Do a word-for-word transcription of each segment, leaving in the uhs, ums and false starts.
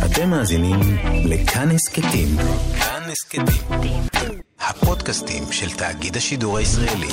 אתם מאזינים לכאן הסכתים. כאן הסכתים. הפודקאסטים של תאגיד השידור הישראלי.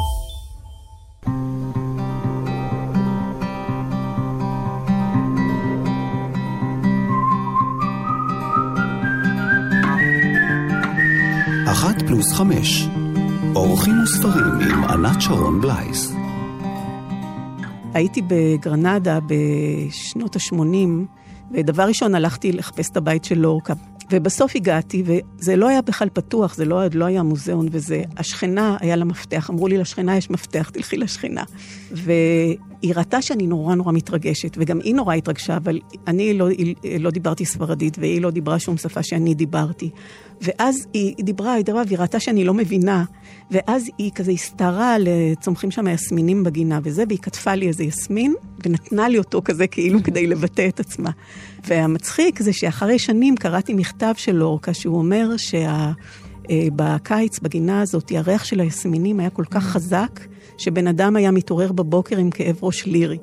אחת פלוס חמש. אורחים וספרים עם ענת שרון בלייס. הייתי בגרנדה בשנות ה-שמונים, ודבר ראשון הלכתי לחפש את הבית של לורקה. ובסוף הגעתי, וזה לא היה בכלל פתוח, זה לא, לא היה מוזיאון, וזה, השכנה היה לה מפתח, אמרו לי לשכנה יש מפתח, תלכי לשכנה. והיא ראתה שאני נורא נורא מתרגשת, וגם היא נורא התרגשה, אבל אני לא, לא דיברתי ספרדית, והיא לא דיברה שום שפה שאני דיברתי. ואז היא, היא דיברה, היא דיברה, והיא ראתה שאני לא מבינה, ואז היא כזה הסתרה לצומחים שם יסמינים בגינה וזה, והיא כתפה לי איזה יסמין, ונתנה לי אותו כזה כאילו כדי לבטא את עצמה. והמצחיק זה שאחרי שנים קראתי מכתב של לורקה, שהוא אומר שבקיץ, בגינה הזאת, הריח של היסמינים היה כל כך חזק, שבן אדם היה מתעורר בבוקר עם כאב ראש לירי.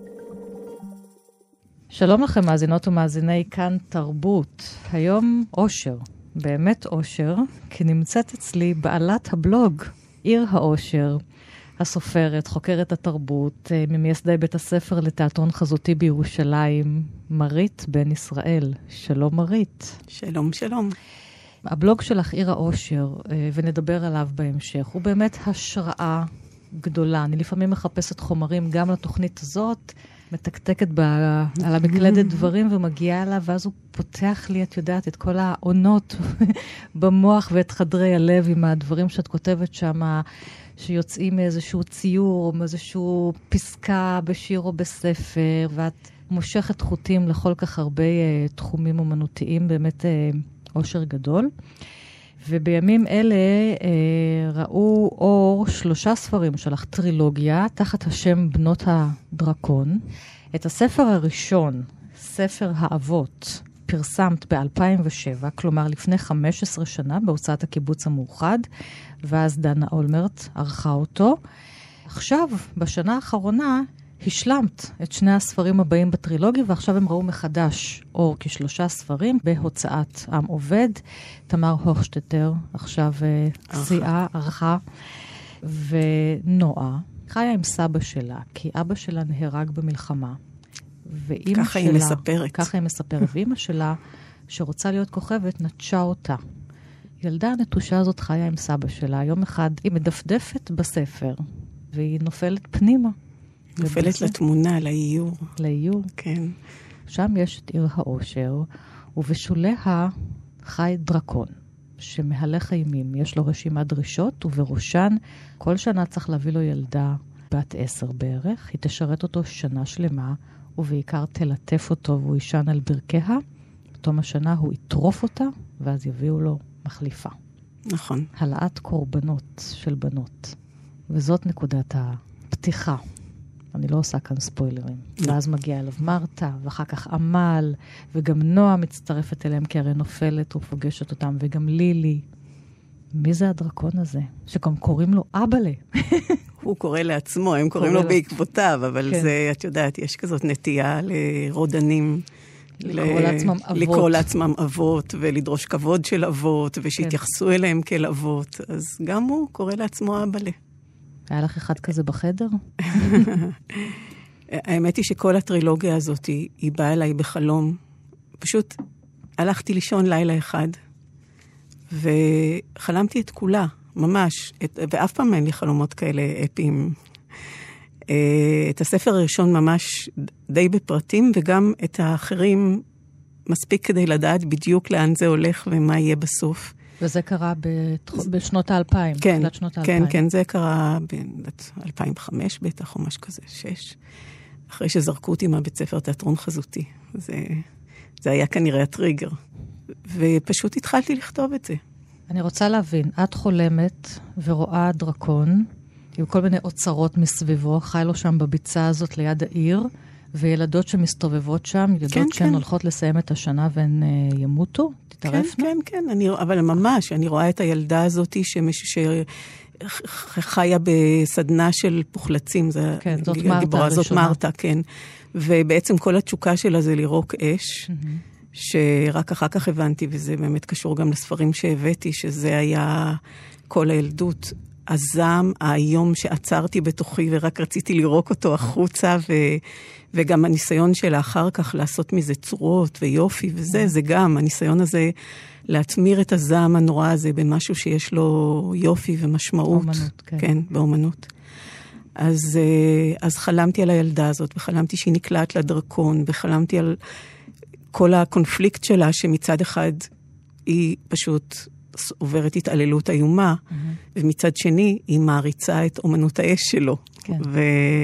שלום לכם מאזינות ומאזיני כאן תרבות. היום אושר. באמת אושר, כי נמצאת אצלי בעלת הבלוג, עיר האושר, הסופרת, חוקרת התרבות, ממייסדי בית הספר לתיאטרון חזותי בירושלים, מרית בן ישראל. שלום מרית. שלום, שלום. הבלוג שלך עיר האושר, ונדבר עליו בהמשך, הוא באמת השראה גדולה. אני לפעמים מחפשת חומרים גם לתוכנית הזאת, מתקתקת ב... על המקלדת דברים ומגיעה אליו, ואז הוא פותח לי, את יודעת, את כל העונות במוח ואת חדרי הלב עם הדברים שאת כותבת שם, שיוצאים מאיזשהו ציור או מאיזשהו פסקה בשיר או בספר, ואת מושכת חוטים לכל כך הרבה uh, תחומים אומנותיים, באמת uh, אושר גדול. ובימים אלה אה, ראו אור שלושה ספרים שלך, טרילוגיה, תחת השם בנות הדרקון. את הספר הראשון, ספר האבות, פרסמת ב-אלפיים ושבע, כלומר לפני חמש עשרה שנה, בהוצאת הקיבוץ המאוחד, ואז דנה אולמרט ערכה אותו. עכשיו, בשנה האחרונה, השלמת את שני הספרים הבאים בטרילוגיה, ועכשיו הם ראו מחדש אור כשלושה ספרים בהוצאת עם עובד. תמר הוכשטטר, עכשיו סיעה, ערכה, ונועה חיה עם סבא שלה, כי אבא שלה נהרג במלחמה. ככה שלה, היא מספרת. ככה היא מספרת. ואמא שלה, שרוצה להיות כוכבת, נטשה אותה. ילדה הנטושה הזאת חיה עם סבא שלה. יום אחד היא מדפדפת בספר, והיא נופלת פנימה. נופלת לתמונה, לאיור. לאיור. כן. שם יש את עיר האושר, ובשוליה חי דרקון, שמהלך אימים. יש לו רשימת דרישות, ובראשן כל שנה צריך להביא לו ילדה בת עשר בערך. היא תשרת אותו שנה שלמה, ובעיקר תלטף אותו, והוא ישן על ברכיה. בתום השנה הוא יטרוף אותה, ואז יביאו לו מחליפה. נכון. העלאת קורבנות של בנות. וזאת נקודת הפתיחה. אני לא עושה כאן ספוילרים. ואז מגיעה אליו מרתה, ואחר כך עמל, וגם נועה מצטרפת אליהם, כי הרי נופלת ופוגשת אותם, וגם לילי. מי זה הדרקון הזה? שגם קוראים לו אבאלה. הוא קורא לעצמו, הם קוראים לו בעקבותיו, אבל זה, את יודעת, יש כזאת נטייה לרודנים, לקרוא לעצמם אבות. לקרוא לעצמם אבות, ולדרוש כבוד של אבות, ושהתייחסו אליהם כאל אבות. אז גם הוא קורא לעצמו אבאלה. היה לך אחד כזה בחדר? האמת היא שכל הטרילוגיה הזאת היא, היא באה אליי בחלום. פשוט הלכתי לישון לילה אחד, וחלמתי את כולה, ממש. את, ואף פעם אין לי חלומות כאלה אפיים. את הספר הראשון ממש די בפרטים, וגם את האחרים מספיק כדי לדעת בדיוק לאן זה הולך ומה יהיה בסוף. וזה קרה בשנות האלפיים. כן, שנות כן, כן, זה קרה ב-אלפיים וחמש בטח, או משהו כזה, שש. אחרי שזרקו אותי מהבית ספר תיאטרון חזותי. זה, זה היה כנראה הטריגר. ופשוט התחלתי לכתוב את זה. אני רוצה להבין, את חולמת ורואה דרקון, עם כל מיני אוצרות מסביבו, חי לו שם בביצה הזאת ליד העיר, וילדות שמסתובבות שם, יודעות כן, שהן כן. הולכות לסיים את השנה והן uh, ימותו? תתערפנה? כן, כן, כן, אני, אבל ממש, אני רואה את הילדה הזאת שמישהו שחיה בסדנה של פוחלצים, זה, כן, זאת מרתה הראשונה. זאת מרתה, כן. ובעצם כל התשוקה שלה זה לירוק אש, mm-hmm. שרק אחר כך הבנתי, וזה באמת קשור גם לספרים שהבאתי, שזה היה כל הילדות, הזעם, היום שעצרתי בתוכי, ורק רציתי לרוק אותו החוצה, ו... וגם הניסיון שלה אחר כך לעשות מזה צורות ויופי וזה, זה גם הניסיון הזה להטמיר את הזעם הנורא הזה במשהו שיש לו יופי ומשמעות. באומנות, כן. כן, באומנות. אז, אז חלמתי על הילדה הזאת, וחלמתי שהיא נקלעת לדרקון, וחלמתי על כל הקונפליקט שלה, שמצד אחד היא פשוט עוברת התעללות איומה, mm-hmm. ומצד שני היא מעריצה את אומנות האש שלו. כן. ו...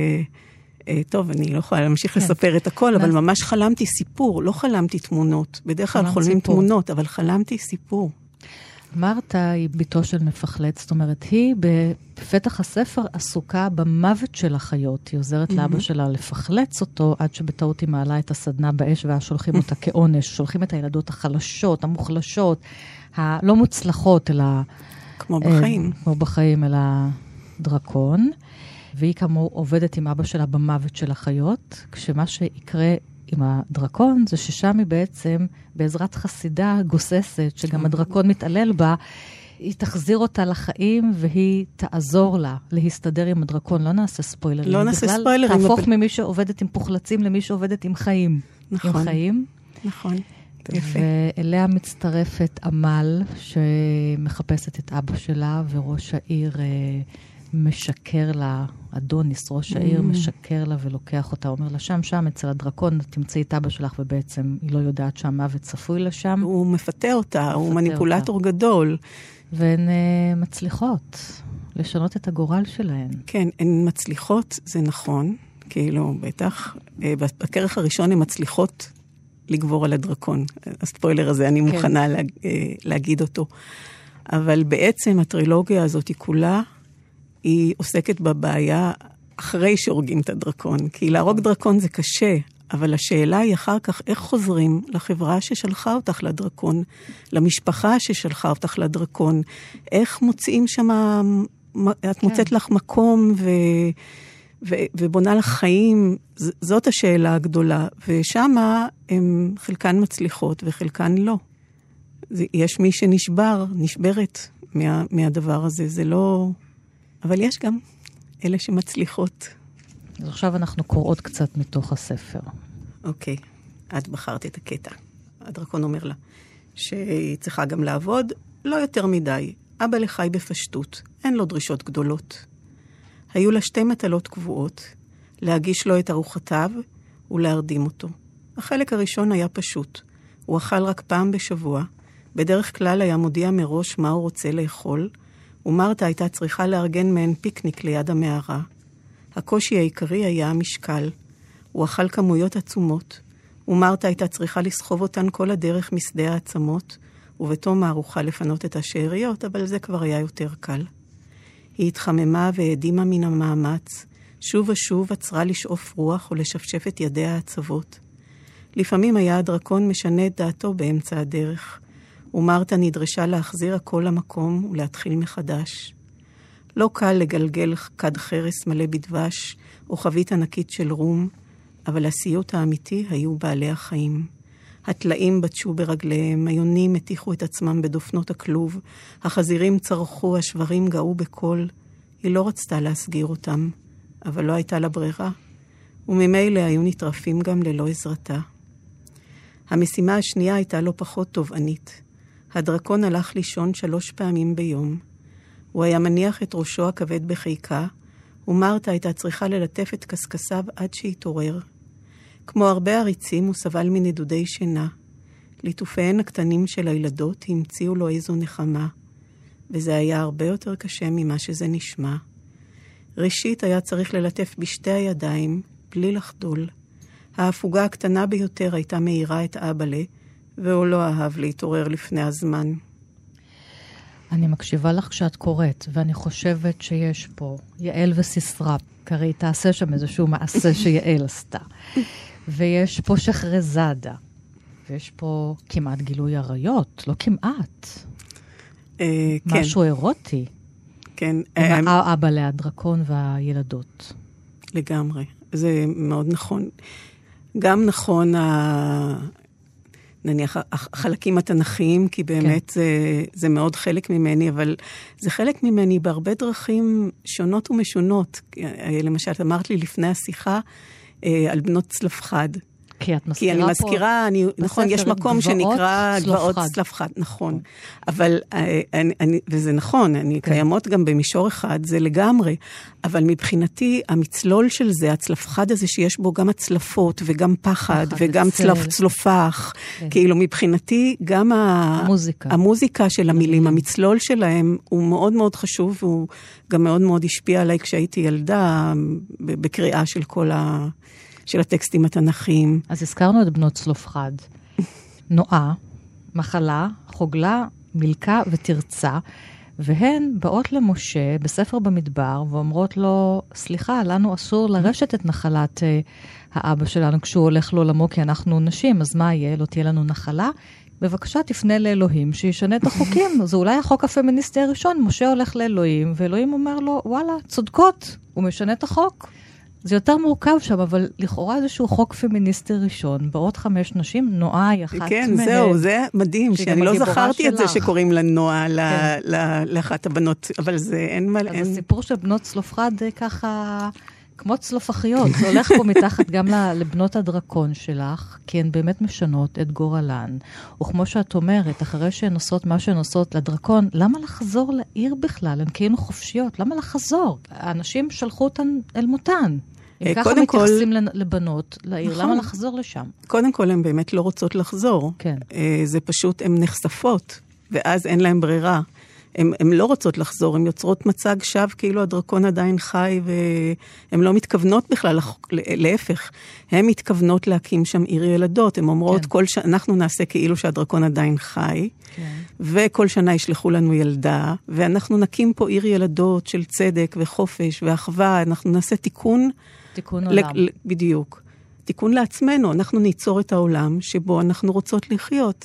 טוב, אני לא יכולה להמשיך כן. לספר את הכל, אבל ממש חלמתי סיפור, לא חלמתי תמונות. בדרך כלל חולמים סיפור. תמונות, אבל חלמתי סיפור. מרתה היא ביתו של מפחלץ, זאת אומרת, היא בפתח הספר עסוקה במוות של החיות. היא עוזרת mm-hmm. לאבא שלה לפחלץ אותו, עד שבטעות היא מעלה את הסדנה באש, ואז שולחים אותה כעונש. שולחים את הילדות החלשות, המוחלשות, הלא מוצלחות, אלא... כמו בחיים. כמו בחיים, אלא דרקון. והיא כמו עובדת עם אבא שלה במוות של החיות, כשמה שיקרה עם הדרקון, זה ששם היא בעצם, בעזרת חסידה גוססת, שגם הדרקון מתעלל בה, היא תחזיר אותה לחיים, והיא תעזור לה להסתדר עם הדרקון. לא נעשה ספוילרים. לא נעשה ספוילרים. תהפוך אבל... ממי שעובדת עם פוחלצים, למי שעובדת עם חיים. נכון. עם חיים. נכון. יפה. ואליה מצטרפת עמל, שמחפשת את אבא שלה, וראש העיר... משקר לה, אדוניס, ראש העיר, משקר לה ולוקח אותה. אומר לה, שם, שם, אצל הדרקון, תמצאי את אבא שלך, ובעצם היא לא יודעת שהמוות צפוי לשם. הוא מפתה אותה, הוא מניפולטור גדול. והן uh, מצליחות לשנות את הגורל שלהן. כן, הן מצליחות, זה נכון, כאילו, בטח, בכרך הראשון הן מצליחות לגבור על הדרקון. הספוילר הזה, אני כן. מוכנה לה, להגיד אותו. אבל בעצם הטרילוגיה הזאת היא כולה, היא עוסקת בבעיה אחרי שהורגים את הדרקון. כי להרוג דרקון זה קשה, אבל השאלה היא אחר כך איך חוזרים לחברה ששלחה אותך לדרקון, למשפחה ששלחה אותך לדרקון, איך מוצאים שם, את כן. מוצאת לך מקום ו, ו, ובונה לך חיים, זאת השאלה הגדולה. ושם הם חלקן מצליחות וחלקן לא. יש מי שנשבר, נשברת מה, מהדבר הזה, זה לא... אבל יש גם אלה שמצליחות. אז עכשיו אנחנו קוראות קצת מתוך הספר. אוקיי, את בחרת את הקטע. הדרקון אומר לה שהיא צריכה גם לעבוד, לא יותר מדי. אבא לחי בפשטות, אין לו דרישות גדולות. היו לה שתי מטלות קבועות, להגיש לו את ארוחתיו ולהרדים אותו. החלק הראשון היה פשוט. הוא אכל רק פעם בשבוע. בדרך כלל היה מודיע מראש מה הוא רוצה לאכול, ומרתה הייתה צריכה לארגן מהן פיקניק ליד המערה. הקושי העיקרי היה המשקל. הוא אכל כמויות עצומות, ומרתה הייתה צריכה לסחוב אותן כל הדרך משדה העצמות, ובתום הארוחה לפנות את השאריות, אבל זה כבר היה יותר קל. היא התחממה והדימה מן המאמץ, שוב ושוב עצרה לשאוף רוח ולשפשף את ידיה העצבות. לפעמים היה הדרקון משנה את דעתו באמצע הדרך, ומרתה נדרשה להחזיר הכל למקום ולהתחיל מחדש. לא קל לגלגל כד חרס מלא בדבש או חבית ענקית של רום, אבל הסיוט האמיתי היו בעלי החיים. הטלאים בטשו ברגליהם, היונים מתיחו את עצמם בדופנות הכלוב, החזירים צרחו, השברים גאו בקול. היא לא רצתה להסגיר אותם, אבל לא הייתה לה ברירה, וממילא היו נטרפים גם ללא עזרתה. המשימה השנייה הייתה לא פחות תובענית. הדרקון הלך לישון שלוש פעמים ביום. הוא היה מניח את ראשו הכבד בחיקה, ומרתה הייתה צריכה ללטף את קסקסיו עד שהתעורר. כמו הרבה עריצים הוא סבל מנדודי שינה. ליטופיהן הקטנים של הילדות המציאו לו איזו נחמה, וזה היה הרבה יותר קשה ממה שזה נשמע. ראשית היה צריך ללטף בשתי הידיים, בלי לחדול. ההפוגה הקטנה ביותר הייתה מאירה את אבאלה, והוא לא אהב להתעורר לפני הזמן. אני מקשיבה לך כשאת קוראת, ואני חושבת שיש פה יעל וסיסרא, קרי תעשה שם איזשהו מעשה שיעל עשתה. ויש פה שחרזדה, ויש פה כמעט גילוי עריות, לא כמעט. כן. משהו אירוטי. כן. עם האבא להדרקון והילדות. לגמרי. זה מאוד נכון. גם נכון, נניח החלקים התנכיים, כי באמת כן. זה, זה מאוד חלק ממני, אבל זה חלק ממני בהרבה דרכים שונות ומשונות. למשל, אמרת לי לפני השיחה על בנות צלפחד. כי את מזכירה כי אני מזכירה, אני, נכון, יש מקום שנקרא גבעות צלפחד, נכון. אבל, אני, אני, וזה נכון, אני כן. קיימות גם במישור אחד, זה לגמרי. אבל מבחינתי, המצלול של זה, הצלפחד הזה שיש בו גם הצלפות, וגם פחד, וגם צלף צלופח. כן. כאילו מבחינתי, גם המוזיקה. המוזיקה של המילים, המצלול שלהם, הוא מאוד מאוד חשוב, והוא גם מאוד מאוד השפיע עליי כשהייתי ילדה, בקריאה של כל ה... של הטקסטים התנכיים. אז הזכרנו את בנות צלופחד. נועה, מחלה, חוגלה, מלכה ותרצה, והן באות למשה בספר במדבר, ואומרות לו, סליחה, לנו אסור לרשת את נחלת האבא שלנו כשהוא הולך לעולמו, כי אנחנו נשים, אז מה יהיה? לא תהיה לנו נחלה? בבקשה תפנה לאלוהים שישנה את החוקים. זה אולי החוק הפמיניסטי הראשון, משה הולך לאלוהים, ואלוהים אומר לו, וואלה, צודקות, הוא משנה את החוק. זה יותר מורכב שם, אבל לכאורה איזשהו חוק פמיניסטי ראשון, בעוד חמש נשים, נועה היא אחת כן, מהן. כן, זהו, זה מדהים, שאני לא זכרתי את זה שקוראים לה נועה כן. לאחת הבנות, אבל זה אין מה... אז אין... הסיפור של בנות צלופחד ככה, כמו צלופחיות, זה הולך פה מתחת גם לבנות הדרקון שלך, כי הן באמת משנות את גורלן. וכמו שאת אומרת, אחרי שהן עושות מה שהן עושות לדרקון, למה לחזור לעיר בכלל? הן כאילו חופשיות, למה לחזור? האנשים שלחו אותן אל מותן. אם ככה מתייחסים לבנות לעיר, למה לחזור לשם? קודם כל, הן באמת לא רוצות לחזור. כן. זה פשוט, הן נחשפות, ואז אין להן ברירה. הן לא רוצות לחזור, הן יוצרות מצג שווא, כאילו הדרקון עדיין חי, והן לא מתכוונות בכלל, להפך. הן מתכוונות להקים שם עיר ילדות. הן אומרות, כל ש... אנחנו נעשה כאילו שהדרקון עדיין חי, כן. וכל שנה ישלחו לנו ילדה, ואנחנו נקים פה עיר ילדות של צדק וחופש ואחווה, אנחנו נעשה תיקון, תיקון עולם. ל... בדיוק. תיקון לעצמנו, אנחנו ניצור את העולם שבו אנחנו רוצות לחיות.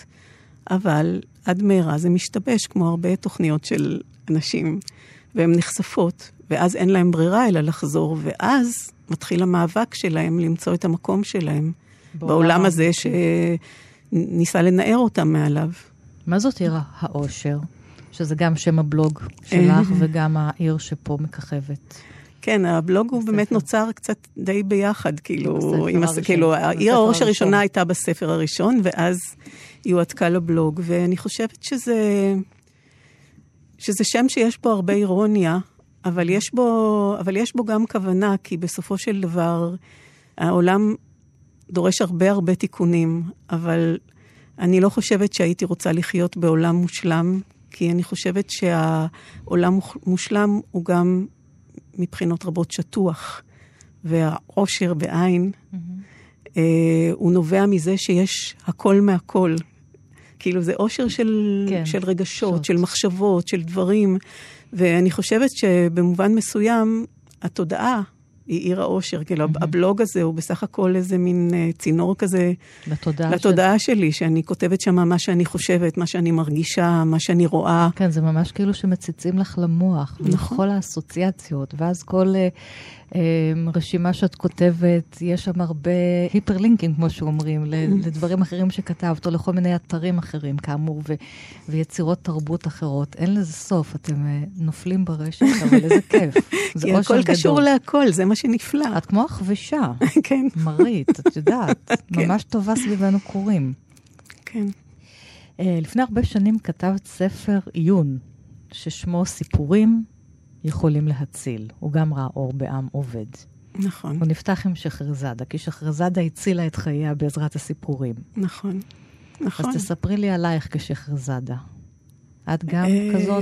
אבל עד מהרה זה משתבש, כמו הרבה תוכניות של אנשים, והן נחשפות, ואז אין להם ברירה אלא לחזור, ואז מתחיל המאבק שלהם למצוא את המקום שלהם, בעולם הזה שניסה לנער אותם מעליו. מה זאת עיר האושר? שזה גם שם הבלוג שלך, וגם העיר שפה מככבת. כן, הבלוג הוא באמת נוצר קצת די ביחד, כאילו, כאילו, העיר האושר הראשונה הייתה בספר הראשון, ואז היא הועתקה לבלוג, ואני חושבת שזה, שזה שם שיש בו הרבה אירוניה, אבל יש בו, אבל יש בו גם כוונה, כי בסופו של דבר, העולם דורש הרבה הרבה תיקונים, אבל אני לא חושבת שהייתי רוצה לחיות בעולם מושלם, כי אני חושבת שהעולם מושלם הוא גם מבחינות רבות שטוח, והעושר בעין, mm-hmm. אה, הוא נובע מזה שיש הכל מהכל. כאילו זה עושר של, כן, של רגשות, שוט. של מחשבות, של דברים, ואני חושבת שבמובן מסוים, התודעה היא עיר העושר, כאילו mm-hmm. הבלוג הזה הוא בסך הכל איזה מין צינור כזה, לתודעה, לתודעה של... שלי, שאני כותבת שם מה שאני חושבת, מה שאני מרגישה, מה שאני רואה. כן, זה ממש כאילו שמציצים לך למוח, נכון. לכל האסוציאציות, ואז כל אה, רשימה שאת כותבת, יש שם הרבה היפרלינקים, כמו שאומרים, mm-hmm. לדברים אחרים שכתבת, או לכל מיני אתרים אחרים, כאמור, ו- ויצירות תרבות אחרות. אין לזה סוף, אתם אה, נופלים ברשת, אבל איזה כיף. זה כי הכל קשור להכל, זה מה שנפלא. את כמו החוושה. כן. מרית, את יודעת. ממש טובה סביבנו קוראים. כן. לפני הרבה שנים כתבת ספר עיון, ששמו סיפורים יכולים להציל. הוא גם ראה אור בעם עובד. נכון. הוא נפתח עם שחרזדה, כי שחרזדה הצילה את חייה בעזרת הסיפורים. נכון. נכון. אז תספרי לי עלייך כשחרזדה. את גם כזאת...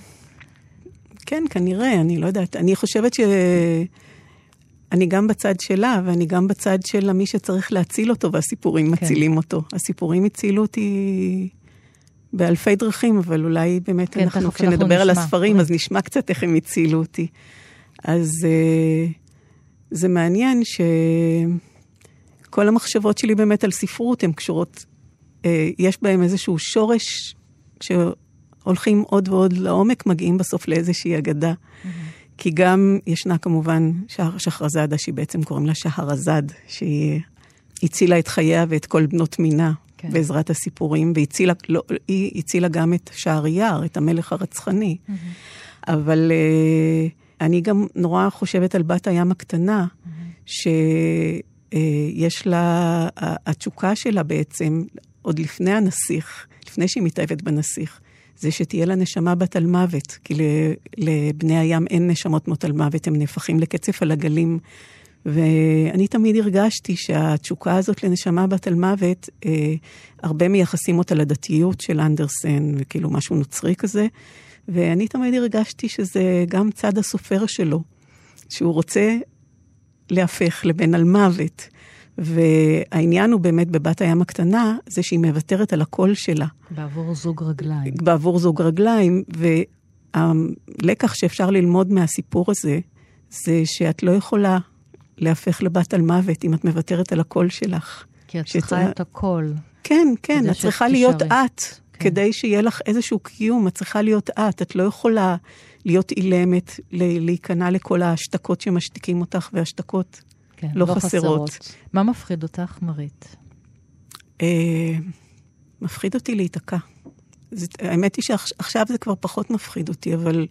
כן, כנראה, אני לא יודעת. אני חושבת ש... אני גם בצד שלה, ואני גם בצד של מי שצריך להציל אותו, והסיפורים כן. מצילים אותו. הסיפורים הצילו אותי באלפי דרכים, אבל אולי באמת כן, אנחנו, כשנדבר אנחנו על הספרים, כן. אז נשמע קצת איך הם הצילו אותי. אז uh, זה מעניין שכל המחשבות שלי באמת על ספרות, הן קשורות, uh, יש בהם איזשהו שורש, כשהולכים עוד ועוד לעומק, מגיעים בסוף לאיזושהי אגדה. Mm-hmm. כי גם ישנה כמובן שחרזדה, שהיא בעצם קוראים לה שהרזד, שהיא הצילה את חייה ואת כל בנות מינה. כן. בעזרת הסיפורים, והצילה, לא, היא הצילה גם את שערייר, את המלך הרצחני. Mm-hmm. אבל uh, אני גם נורא חושבת על בת הים הקטנה, mm-hmm. שיש לה, התשוקה שלה בעצם, עוד לפני הנסיך, לפני שהיא מתאהבת בנסיך, זה שתהיה לה נשמה בת על מוות, כי לבני הים אין נשמות מות על מוות, הם נהפכים לקצף על הגלים, ואני תמיד הרגשתי שהתשוקה הזאת לנשמה בת על מוות, אה, הרבה מייחסים אותה לדתיות של אנדרסן, וכאילו משהו נוצרי כזה, ואני תמיד הרגשתי שזה גם צד הסופר שלו, שהוא רוצה להפך לבן על מוות, והעניין הוא באמת בבת הים הקטנה, זה שהיא מוותרת על הקול שלה. בעבור זוג רגליים. בעבור זוג רגליים, והלקח שאפשר ללמוד מהסיפור הזה, זה שאת לא יכולה להפך לבת על מוות, אם את מוותרת על הקול שלך. כי את צריכה את הקול. כן, כן, את צריכה להיות את, כדי שיהיה לך איזשהו קיום, את צריכה להיות את, את לא יכולה להיות אילמת, להיכנע לכל ההשתקות שמשתיקים אותך, והשתקות כן, לא, לא חסרות. חסרות. מה מפחיד אותך, מרית? אה, מפחיד אותי להיתקע. זה, האמת היא שעכשיו זה כבר פחות מפחיד אותי, אבל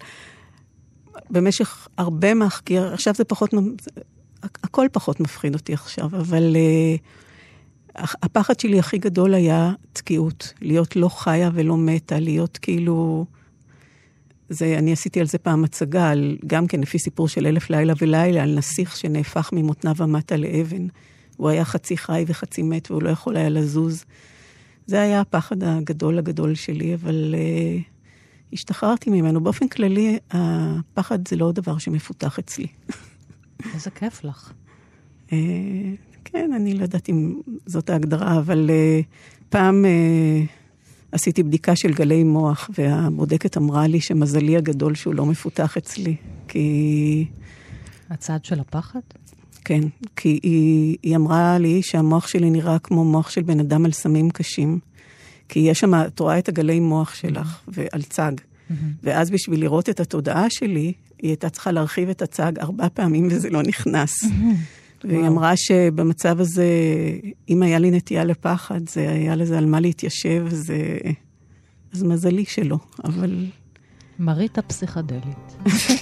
במשך הרבה מהחקיר, עכשיו זה פחות, הכל פחות מפחיד אותי עכשיו, אבל uh, הפחד שלי הכי גדול היה תקיעות, להיות לא חיה ולא מתה, להיות כאילו, זה, אני עשיתי על זה פעם הצגה, על, גם כן לפי סיפור של אלף לילה ולילה, על נסיך שנהפך ממותניו ומטה לאבן. הוא היה חצי חי וחצי מת, והוא לא יכול היה לזוז. זה היה הפחד הגדול הגדול שלי, אבל uh, השתחררתי ממנו. באופן כללי, הפחד זה לא דבר שמפותח אצלי. איזה כיף לך. Uh, כן, אני לא יודעת אם זאת ההגדרה, אבל uh, פעם... Uh, עשיתי בדיקה של גלי מוח, והבודקת אמרה לי שמזלי הגדול שהוא לא מפותח אצלי, כי... הצד של הפחד? כן, כי היא, היא אמרה לי שהמוח שלי נראה כמו מוח של בן אדם על סמים קשים, כי יש שם, את רואה את הגלי מוח שלך, ועל צג, mm-hmm. ואז בשביל לראות את התודעה שלי, היא הייתה צריכה להרחיב את הצג ארבע פעמים, וזה לא נכנס. Mm-hmm. והיא אמרה שבמצב הזה, אם היה לי נטייה לפחד, זה היה לזה על מה להתיישב, זה... אז מזלי שלא, אבל... מרית הפסיכדלית.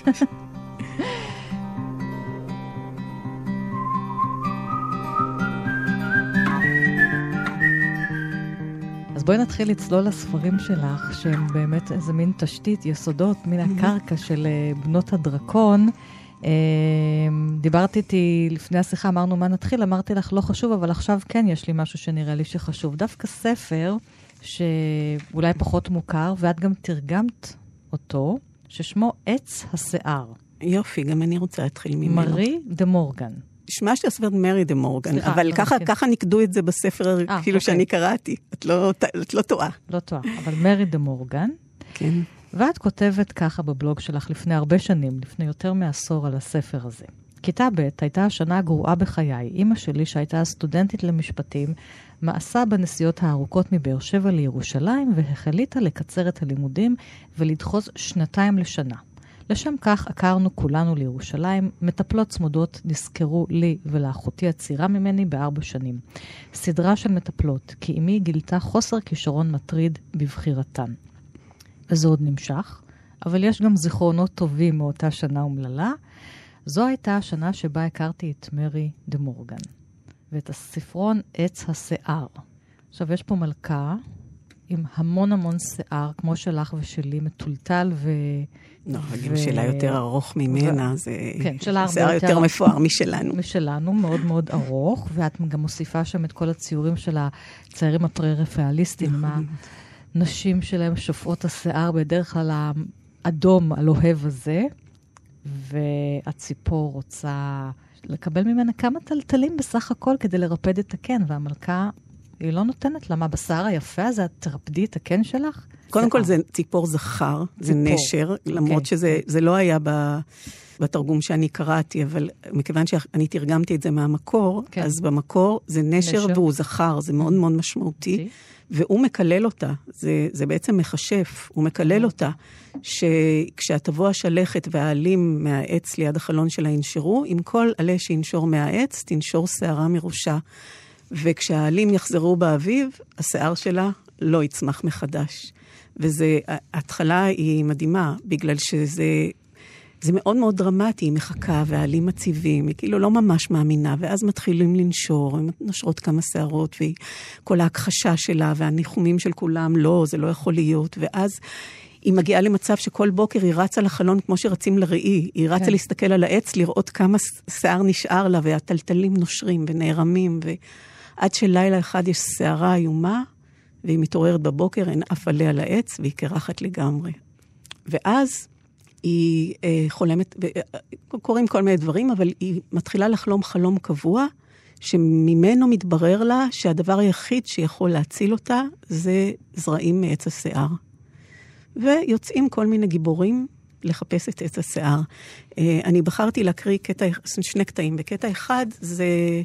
אז בואי נתחיל לצלול לספרים שלך, שהם באמת איזה מין תשתית, יסודות, מן הקרקע של בנות הדרקון, דיברת איתי לפני השיחה, אמרנו מה נתחיל, אמרתי לך לא חשוב, אבל עכשיו כן יש לי משהו שנראה לי שחשוב. דווקא ספר שאולי פחות מוכר, ואת גם תרגמת אותו, ששמו עץ השיער. יופי, גם אני רוצה להתחיל ממנו. מרי דה מורגן. שמה של הספר מרי דה מורגן, אבל ככה נקדו את זה בספר, כאילו שאני קראתי. את לא טועה. לא טועה, אבל מרי דה מורגן. כן. ואת כותבת ככה בבלוג שלך לפני הרבה שנים, לפני יותר מעשור על הספר הזה. כיתה ב' הייתה השנה הגרועה בחיי. אמא שלי, שהייתה סטודנטית למשפטים, מעשה בנסיעות הארוכות מבאר שבע לירושלים, והחליטה לקצר את הלימודים ולדחוז שנתיים לשנה. לשם כך עקרנו כולנו לירושלים, מטפלות צמודות נזכרו לי ולאחותי הצעירה ממני בארבע שנים. סדרה של מטפלות, כי אמי גילתה חוסר כישרון מטריד בבחירתן. וזה עוד נמשך, אבל יש גם זיכרונות טובים מאותה שנה ומללה. זו הייתה השנה שבה הכרתי את מרי דה מורגן, ואת הספרון עץ השיער. עכשיו, יש פה מלכה עם המון המון שיער, כמו שלך ושלי, מטולטל ו... לא, הגיל ו... שלה יותר ארוך ממנה, ו... זה... כן, שלה שיער יותר, יותר מפואר משלנו. משלנו, מאוד מאוד ארוך, ואת גם מוסיפה שם את כל הציורים של הציירים הפרה-רפאליסטים, מה... נשים שלהם שופעות השיער בדרך כלל האדום הלוהב הזה, והציפור רוצה לקבל ממנה כמה טלטלים בסך הכל כדי לרפד את הקן, והמלכה היא לא נותנת לה. מה, בשיער היפה הזה את תרפדי את הקן שלך? קודם כל זה ציפור זכר, זה נשר, למרות שזה לא היה בתרגום שאני קראתי, אבל מכיוון שאני תרגמתי את זה מהמקור, אז במקור זה נשר והוא זכר, זה מאוד מאוד משמעותי. והוא מקלל אותה, זה, זה בעצם מחשף, הוא מקלל אותה, שכשהתבוא השלכת והעלים מהעץ ליד החלון שלה ינשרו, עם כל עלה שינשור מהעץ, תנשור שערה מראשה. וכשהעלים יחזרו באביב, השיער שלה לא יצמח מחדש. וזה, ההתחלה היא מדהימה, בגלל שזה זה מאוד מאוד דרמטי, היא מחכה, והעלים מציבים, היא כאילו לא ממש מאמינה, ואז מתחילים לנשור, הן נושרות כמה שערות, וכל ההכחשה שלה, והניחומים של כולם, לא, זה לא יכול להיות, ואז היא מגיעה למצב שכל בוקר היא רצה לחלון, כמו שרצים לראי, היא רצה כן. להסתכל על העץ, לראות כמה שיער נשאר לה, והטלטלים נושרים ונערמים, ועד שלילה אחד יש שערה איומה, והיא מתעוררת בבוקר, אין אף עליה על העץ, והיא קרחת לגמרי. ואז היא אה, חולמת, אה, קוראים כל מיני דברים, אבל היא מתחילה לחלום חלום קבוע, שממנו מתברר לה שהדבר היחיד שיכול להציל אותה, זה זרעים מעץ השיער. ויוצאים כל מיני גיבורים לחפש את עץ השיער. אה, אני בחרתי להקריא קטע, שני קטעים. בקטע אחד זה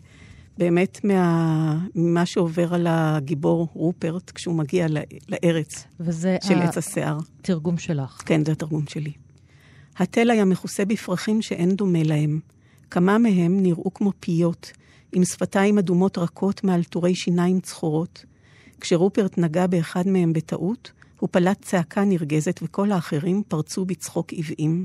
באמת מה, מה שעובר על הגיבור רופרט, כשהוא מגיע לארץ של עץ השיער. תרגום שלך. כן, זה התרגום שלי. התל היה מכוסה בפרחים שאין דומה להם. כמה מהם נראו כמו פיות, עם שפתיים אדומות רכות מעל טורי שיניים צחורות. כשרופרט נגע באחד מהם בטעות, הוא פלט צעקה נרגזת וכל האחרים פרצו בצחוק עבעים.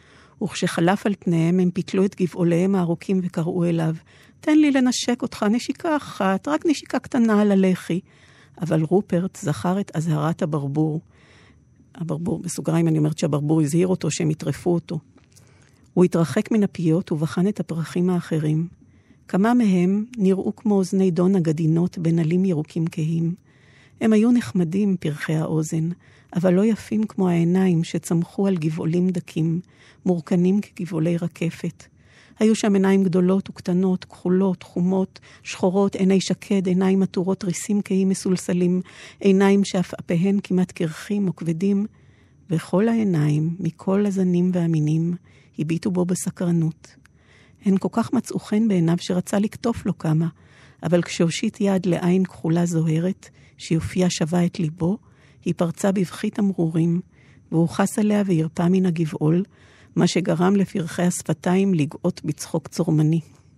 וכשחלף על פניהם הם פיתלו את גבעוליהם הארוכים וקראו אליו, תן לי לנשק אותך נשיקה אחת, רק נשיקה קטנה על הלחי. אבל רופרט זכר את אזהרת הברבור. הברבור, בסוגריים אני אומרת שהברבור הזהיר אותו שהם יטרפו אותו. הוא התרחק מן הפיות ובחן את הפרחים האחרים. כמה מהם נראו כמו אוזני דון הגדינות בין עלים ירוקים כהים. הם היו נחמדים פרחי האוזן, אבל לא יפים כמו העיניים שצמחו על גבעולים דקים, מורכנים כגבעולי רקפת. היו שם עיניים גדולות וקטנות, כחולות, חומות, שחורות, עיני שקד, עיניים עטורות ריסים כהים מסולסלים, עיניים שאפאפיהן כמעט קרחים או כבדים, וכל העיניים, מכל הזנים והמינים, הביטו בו בסקרנות. הן כל כך מצאו חן בעיניו שרצה לקטוף לו כמה, אבל כשהושיט יד לעין כחולה זוהרת, שיופייה שווה את ליבו, היא פרצה בבכית המרורים, והוא חס עליה וירפא מן הגבעול, מה שגרם לפרחי השפתיים לגאות בצחוק צורמני.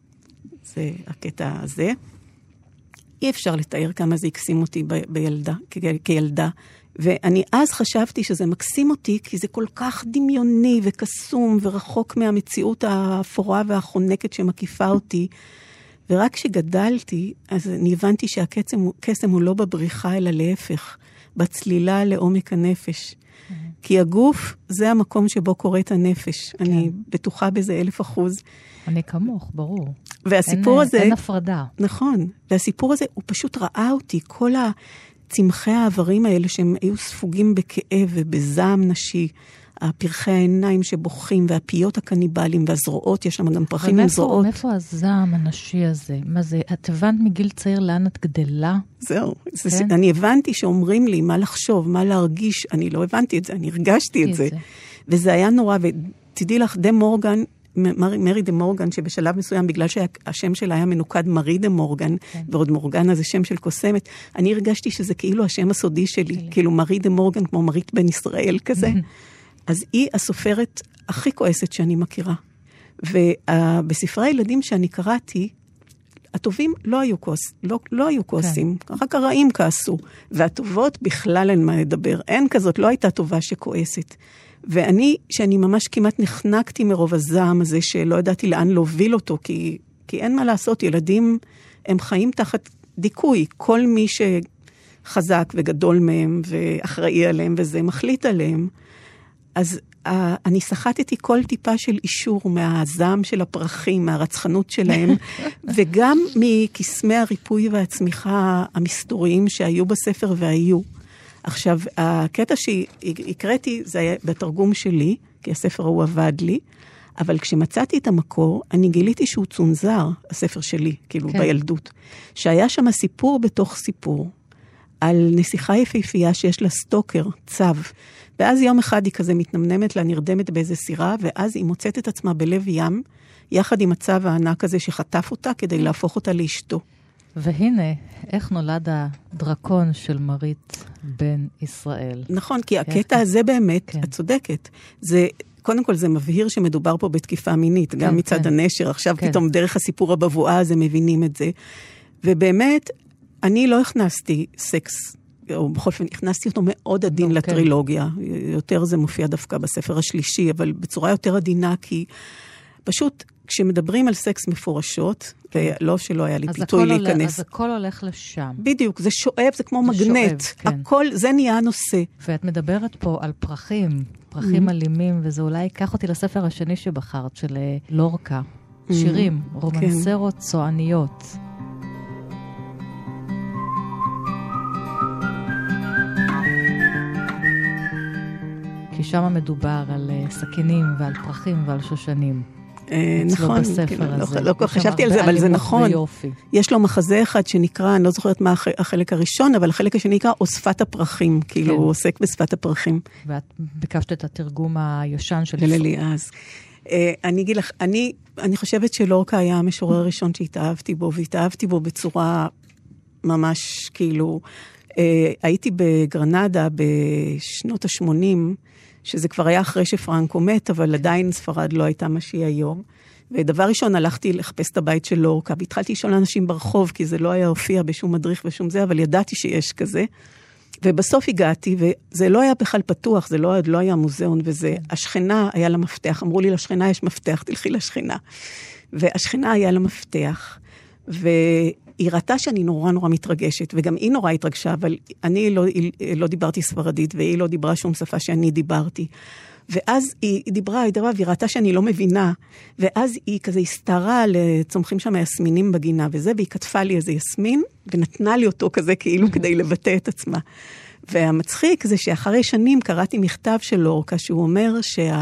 זה הקטע הזה. אי אפשר לתאר כמה זה יקסים אותי ב- בילדה, כ- כילדה. ואני אז חשבתי שזה מקסים אותי, כי זה כל כך דמיוני וקסום ורחוק מהמציאות האפורה והחונקת שמקיפה אותי. ורק כשגדלתי, אז אני הבנתי שהקסם הוא, קסם הוא לא בבריחה, אלא להפך, בצלילה לעומק הנפש. כי הגוף זה המקום שבו קוראת הנפש. כן. אני בטוחה בזה אלף אחוז. אני כמוך, ברור. והסיפור אין, הזה... אין הפרדה. נכון. והסיפור הזה, הוא פשוט ראה אותי, כל הצמחי העברים האלה שהם היו ספוגים בכאב ובזעם נשי, הפרחי העיניים שבוכים, והפיות הקניבלים, והזרועות, יש שם גם פרחים עם זרועות. מאיפה הזעם הנשי הזה? מה זה? את הבנת מגיל צעיר לאן את גדלה? זהו. כן? זה, אני הבנתי שאומרים לי מה לחשוב, מה להרגיש. אני לא הבנתי את זה, אני הרגשתי את זה. זה. וזה היה נורא, ותדעי לך, דה מורגן, מרי, מרי דה מורגן, שבשלב מסוים, בגלל שהשם שלה היה מנוקד מרי דה מורגן, כן. ועוד מורגנה זה שם של קוסמת, אני הרגשתי שזה כאילו השם הסודי שלי, כן. כאילו מרי דה מורגן, כמו מרית בן ישראל כזה. אז היא הסופרת הכי כועסת שאני מכירה. ובספרי הילדים שאני קראתי, הטובים לא היו, כועס, לא, לא היו כועסים, כן. רק הרעים כעסו. והטובות בכלל אין מה לדבר. אין כזאת, לא הייתה טובה שכועסת. ואני, שאני ממש כמעט נחנקתי מרוב הזעם הזה, שלא ידעתי לאן להוביל אותו, כי, כי אין מה לעשות, ילדים הם חיים תחת דיכוי. כל מי שחזק וגדול מהם ואחראי עליהם וזה מחליט עליהם. אז uh, אני שחטתי כל טיפה של אישור מהזעם של הפרחים, מהרצחנות שלהם, וגם מכסמי הריפוי והצמיחה המסתוריים שהיו בספר והיו. עכשיו, הקטע שהקראתי זה היה בתרגום שלי, כי הספר הוא עבד לי, אבל כשמצאתי את המקור, אני גיליתי שהוא צונזר, הספר שלי, כאילו כן. בילדות, שהיה שם סיפור בתוך סיפור, על נסיכה יפהפייה שיש לה סטוקר, צו, ואז יום אחד היא כזה מתנמנמת לה, נרדמת באיזה סירה, ואז היא מוצאת את עצמה בלב ים, יחד עם הצו הענק הזה שחטף אותה, כדי להפוך אותה לאשתו. והנה, איך נולד הדרקון של מרית בן ישראל. נכון, כי הקטע הזה באמת, כן. את צודקת, זה... קודם כל זה מבהיר שמדובר פה בתקיפה מינית, כן, גם מצד כן. הנשר, עכשיו כן. פתאום דרך הסיפור הבבואה הזה מבינים את זה. ובאמת, אני לא הכנסתי סקס, או בכל אופן, הכנסתי אותו מאוד עדין okay. לטרילוגיה. יותר זה מופיע דווקא בספר השלישי, אבל בצורה יותר עדינה, כי פשוט כשמדברים על סקס מפורשות, ולא שלא היה לי פיתוי להיכנס. אז הכל הולך לשם. בדיוק, זה שואב, זה כמו מגנט. שואב, כן. הכל, זה נהיה הנושא. ואת מדברת פה על פרחים, פרחים mm-hmm. אלימים, וזה אולי ייקח אותי לספר השני שבחרת, של לורקה. Mm-hmm. שירים, רומנסרות, כן. צועניות. כי שם מדובר על סכינים ועל פרחים ועל שושנים. נכון, לא חשבתי על זה, אבל זה נכון. יש לו מחזה אחד שנקרא, אני לא זוכרת מה החלק הראשון, אבל החלק השני נקרא אוספת הפרחים, כאילו הוא עוסק בשפת הפרחים. ואת ביקשת את התרגום הישן של אליעז. אני אגיד לך, אני חושבת שלורקה היה המשורר הראשון שהתאהבתי בו, והתאהבתי בו בצורה ממש כאילו, הייתי בגרנדה בשנות ה-שמונים, שזה כבר היה אחרי שפרנקו מת, אבל עדיין ספרד לא הייתה מה שהיא היום. ודבר ראשון, הלכתי לחפש את הבית של לורקה, והתחלתי לשאול אנשים ברחוב, כי זה לא היה הופיע בשום מדריך ושום זה, אבל ידעתי שיש כזה. ובסוף הגעתי, וזה לא היה בכלל פתוח, זה לא, לא היה מוזיאון, וזה, השכנה היה לה מפתח, אמרו לי, לשכנה יש מפתח, תלכי לשכנה. והשכנה היה לה מפתח, והיא ראתה שאני נורא נורא מתרגשת, וגם היא נורא התרגשה, אבל אני לא, לא דיברתי ספרדית, והיא לא דיברה שום שפה שאני דיברתי. ואז היא, היא דיברה, היא דיברה, והיא ראתה שאני לא מבינה, ואז היא כזה הסתרה לצומחים שם יסמינים בגינה וזה, והיא כתפה לי איזה יסמין, ונתנה לי אותו כזה כאילו כדי לבטא את עצמה. והמצחיק זה שאחרי שנים קראתי מכתב של לורקה, שהוא אומר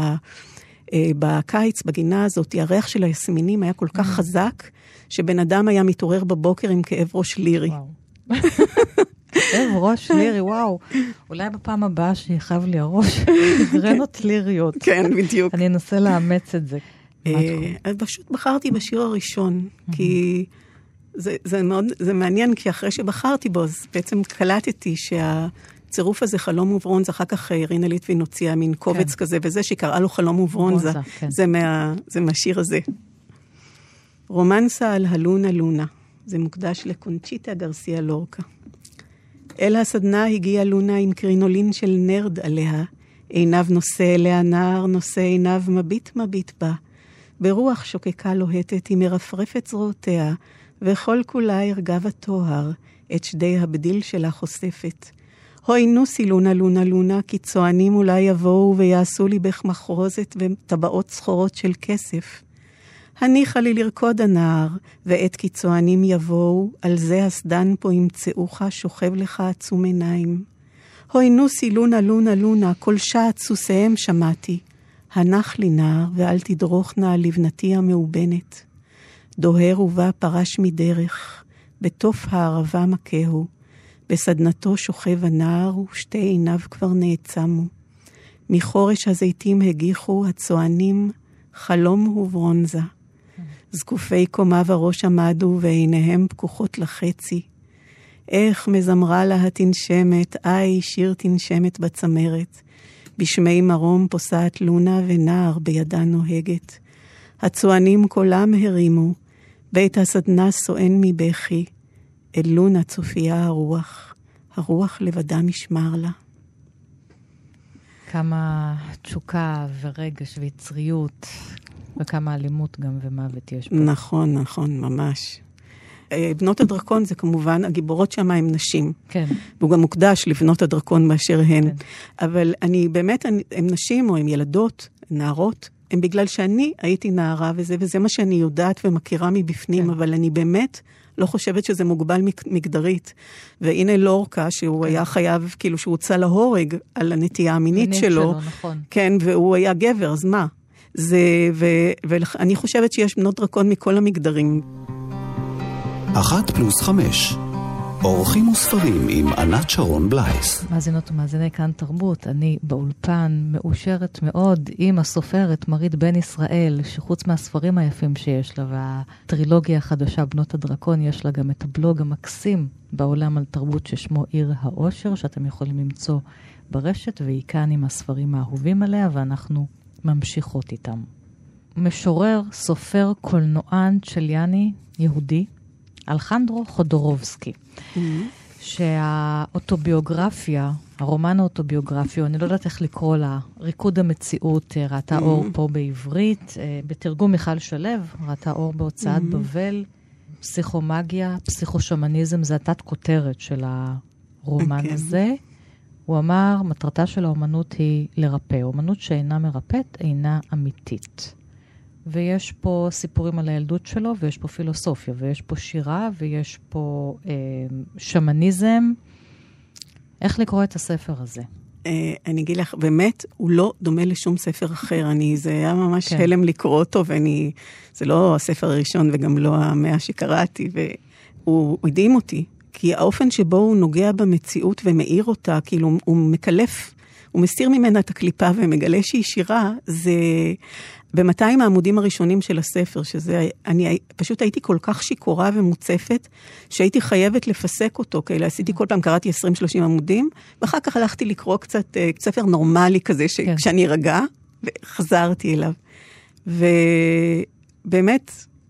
שבקיץ, בגינה הזאת, הריח של היסמינים היה כל כך חזק, שבן אדם היה מתעורר בבוקר עם כאב ראש לירי. וואו. כאב ראש לירי, וואו. אולי בפעם הבאה שיחב לי הראש, גרנות ליריות. כן, בדיוק. אני אנסה לאמץ את זה. אז פשוט בחרתי בשיר הראשון, כי זה מאוד, זה מעניין, כי אחרי שבחרתי בו, אז בעצם קלטתי שהצירוף הזה, חלום וברונזה, אחר כך רינה ליטבין הוציאה מין קובץ כזה, וזה שקראה לו חלום וברונזה, זה מהשיר הזה. רומנסה על הלונה לונה, זה מוקדש לקונצ'יטה גרסיה לורקה. אל הסדנה הגיעה לונה עם קרינולין של נרד עליה, עיניו נושא אליה נער, נושא עיניו מביט מביט בה. ברוח שוקקה לוהטת היא מרפרפת זרועותיה, וכל כולה הרגה ותוהר, את שדי הבדיל שלה חושפת. הוי נוסי לונה לונה לונה, כי צוענים אולי יבואו ויעשו לי בך מחרוזת וטבעות סחורות של כסף. הניחה לי לרקוד הנער, ועת כי צוענים יבואו, על זה הסדן פה ימצאוך, שוכב לך עצום עיניים. הוי נוסי לונה לונה לונה, כל שעת סוסיהם שמעתי. הנח לי נער, ואל תדרוך נא לבנתי המאובנת. דוהר ובא פרש מדרך, בתוף הערבה מכהו. בסדנתו שוכב הנער, ושתי עיניו כבר נעצמו. מחורש הזיתים הגיחו הצוענים, חלום וברונזה. זקופי קומה וראש עמדו, ועיניהם פקוחות לחצי. איך מזמרה לה התנשמת, איי שיר תנשמת בצמרת. בשמי מרום פוסעת לונה ונער בידה נוהגת. הצוענים קולם הרימו, בית הסדנה סוען מבכי. אל לונה צופייה הרוח, הרוח לבדה משמר לה. כמה תשוקה ורגש ויצריות, וכמה אלימות גם ומוות יש פה. נכון, נכון, ממש. בנות הדרקון זה כמובן, הגיבורות שם הם נשים. כן. והוא גם מוקדש לבנות הדרקון באשר הן. כן. אבל אני באמת, הם נשים או הם ילדות, נערות, הם בגלל שאני הייתי נערה וזה, וזה מה שאני יודעת ומכירה מבפנים, כן. אבל אני באמת לא חושבת שזה מוגבל מגדרית. והנה לורקה, שהוא כן. היה חייב, כאילו שהוא הוצא להורג על הנטייה המינית שלו. שלו, נכון. כן, והוא היה גבר, אז מה? זה, ו, ואני חושבת שיש בנות דרקון מכל המגדרים. אחת פלוס חמש. אורחים וספרים עם ענת שרון בלייס. מאזינות ומאזיני כאן תרבות, אני באולפן מאושרת מאוד עם הסופרת מרית בן ישראל, שחוץ מהספרים היפים שיש לה והטרילוגיה החדשה בנות הדרקון, יש לה גם את הבלוג המקסים בעולם על תרבות ששמו עיר האושר, שאתם יכולים למצוא ברשת, והיא כאן עם הספרים האהובים עליה, ואנחנו ממשיכות איתם. משורר, סופר, קולנוען צ'ליאני, יהודי, אלחנדרו חודורובסקי, mm-hmm. שהאוטוביוגרפיה, הרומן האוטוביוגרפי, אני לא יודעת איך לקרוא לה, ריקוד המציאות, ראתה mm-hmm. אור פה בעברית, בתרגום מיכל שלו, ראתה אור בהוצאת mm-hmm. בבל, פסיכומגיה, פסיכושמניזם, זה התת כותרת של הרומן okay. הזה. הוא אמר, מטרתה של האומנות היא לרפא. אומנות שאינה מרפאת, אינה אמיתית. ויש פה סיפורים על הילדות שלו, ויש פה פילוסופיה, ויש פה שירה, ויש פה אה, שמניזם. איך לקרוא את הספר הזה? אה, אני אגיד לך, באמת, הוא לא דומה לשום ספר אחר. אני, זה היה ממש כן. הלם לקרוא אותו, ואני, זה לא הספר הראשון, וגם לא המאה שקראתי, והוא הדהים אותי. כי האופן שבו הוא נוגע במציאות ומאיר אותה, כאילו הוא מקלף, הוא מסיר ממנה את הקליפה ומגלה שהיא שירה, זה ב-מאתיים העמודים הראשונים של הספר, שזה, אני פשוט הייתי כל כך שיקורה ומוצפת, שהייתי חייבת לפסק אותו, כאילו עשיתי כל פעם, קראתי עשרים שלושים עמודים, ואחר כך הלכתי לקרוא קצת ספר נורמלי כזה, כשאני רגע, וחזרתי אליו. ובאמת,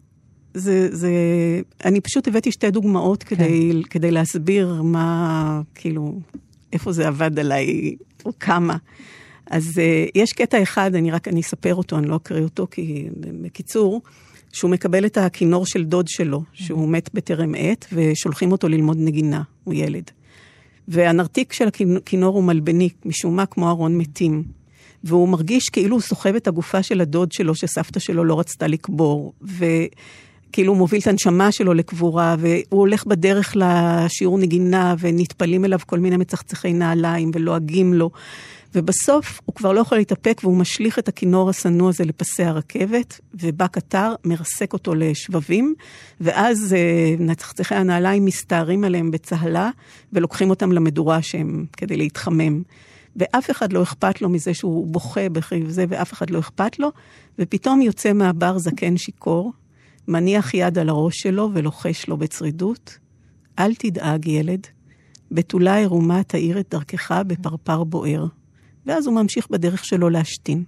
זה, זה, אני פשוט הבאתי שתי דוגמאות כדי, כן. כדי להסביר מה, כאילו, איפה זה עבד עליי, או כמה. אז uh, יש קטע אחד, אני רק, אני אספר אותו, אני לא אקריא אותו, כי בקיצור, שהוא מקבל את הכינור של דוד שלו, שהוא מת בטרם עת, ושולחים אותו ללמוד נגינה, הוא ילד. והנרתיק של הכינור הוא מלבני, משום מה כמו ארון מתים. והוא מרגיש כאילו הוא סוחב את הגופה של הדוד שלו, שסבתא שלו לא רצתה לקבור, ו... כאילו הוא מוביל את הנשמה שלו לקבורה, והוא הולך בדרך לשיעור נגינה, ונתפלים אליו כל מיני מצחצחי נעליים, ולועגים לו, ובסוף הוא כבר לא יכול להתאפק, והוא משליך את הכינור הסנוע הזה לפסי הרכבת, ובא קטר, מרסק אותו לשבבים, ואז מצחצחי הנעליים מסתערים עליהם בצהלה, ולוקחים אותם למדורה שהם כדי להתחמם. ואף אחד לא אכפת לו מזה שהוא בוכה בחיב זה, ואף אחד לא אכפת לו, ופתאום יוצא מהבר זקן שיקור, מניח יד על הראש שלו ולוחש לו בצרידות, אל תדאג ילד, בתולה עירומה תאיר את דרכך בפרפר בוער. ואז הוא ממשיך בדרך שלו להשתין.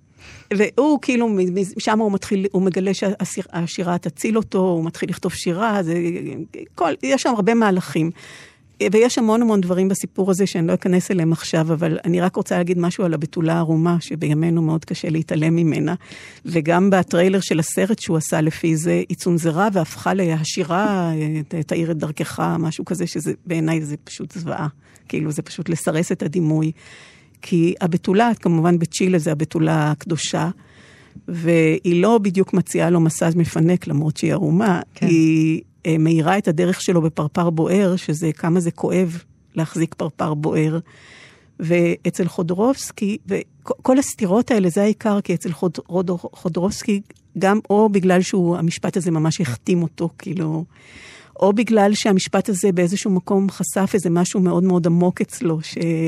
והוא כאילו, שם הוא מתחיל, הוא מגלה שהשירה תציל אותו, הוא מתחיל לכתוב שירה, זה, כל, יש שם הרבה מהלכים. ויש המון המון דברים בסיפור הזה שאני לא אכנס אליהם עכשיו, אבל אני רק רוצה להגיד משהו על הבתולה הערומה, שבימינו מאוד קשה להתעלם ממנה, וגם בטריילר של הסרט שהוא עשה לפי זה, היא צונזרה והפכה להשירה, תאיר את דרכך, משהו כזה, שזה בעיניי זה פשוט זוועה, כאילו זה פשוט לסרס את הדימוי, כי הבתולה, כמובן בצ'ילה זה הבתולה הקדושה, והיא לא בדיוק מציעה לו מסע מפנק, למרות שהיא ערומה, כן. היא מאירה את הדרך שלו בפרפר בוער, שזה כמה זה כואב להחזיק פרפר בוער. ואצל חודורובסקי, וכל הסתירות האלה, זה העיקר, כי אצל חוד, חודורובסקי, גם או בגלל שהוא, המשפט הזה ממש החתים אותו, כאילו, או בגלל שהמשפט הזה באיזשהו מקום חשף איזה משהו מאוד מאוד עמוק אצלו,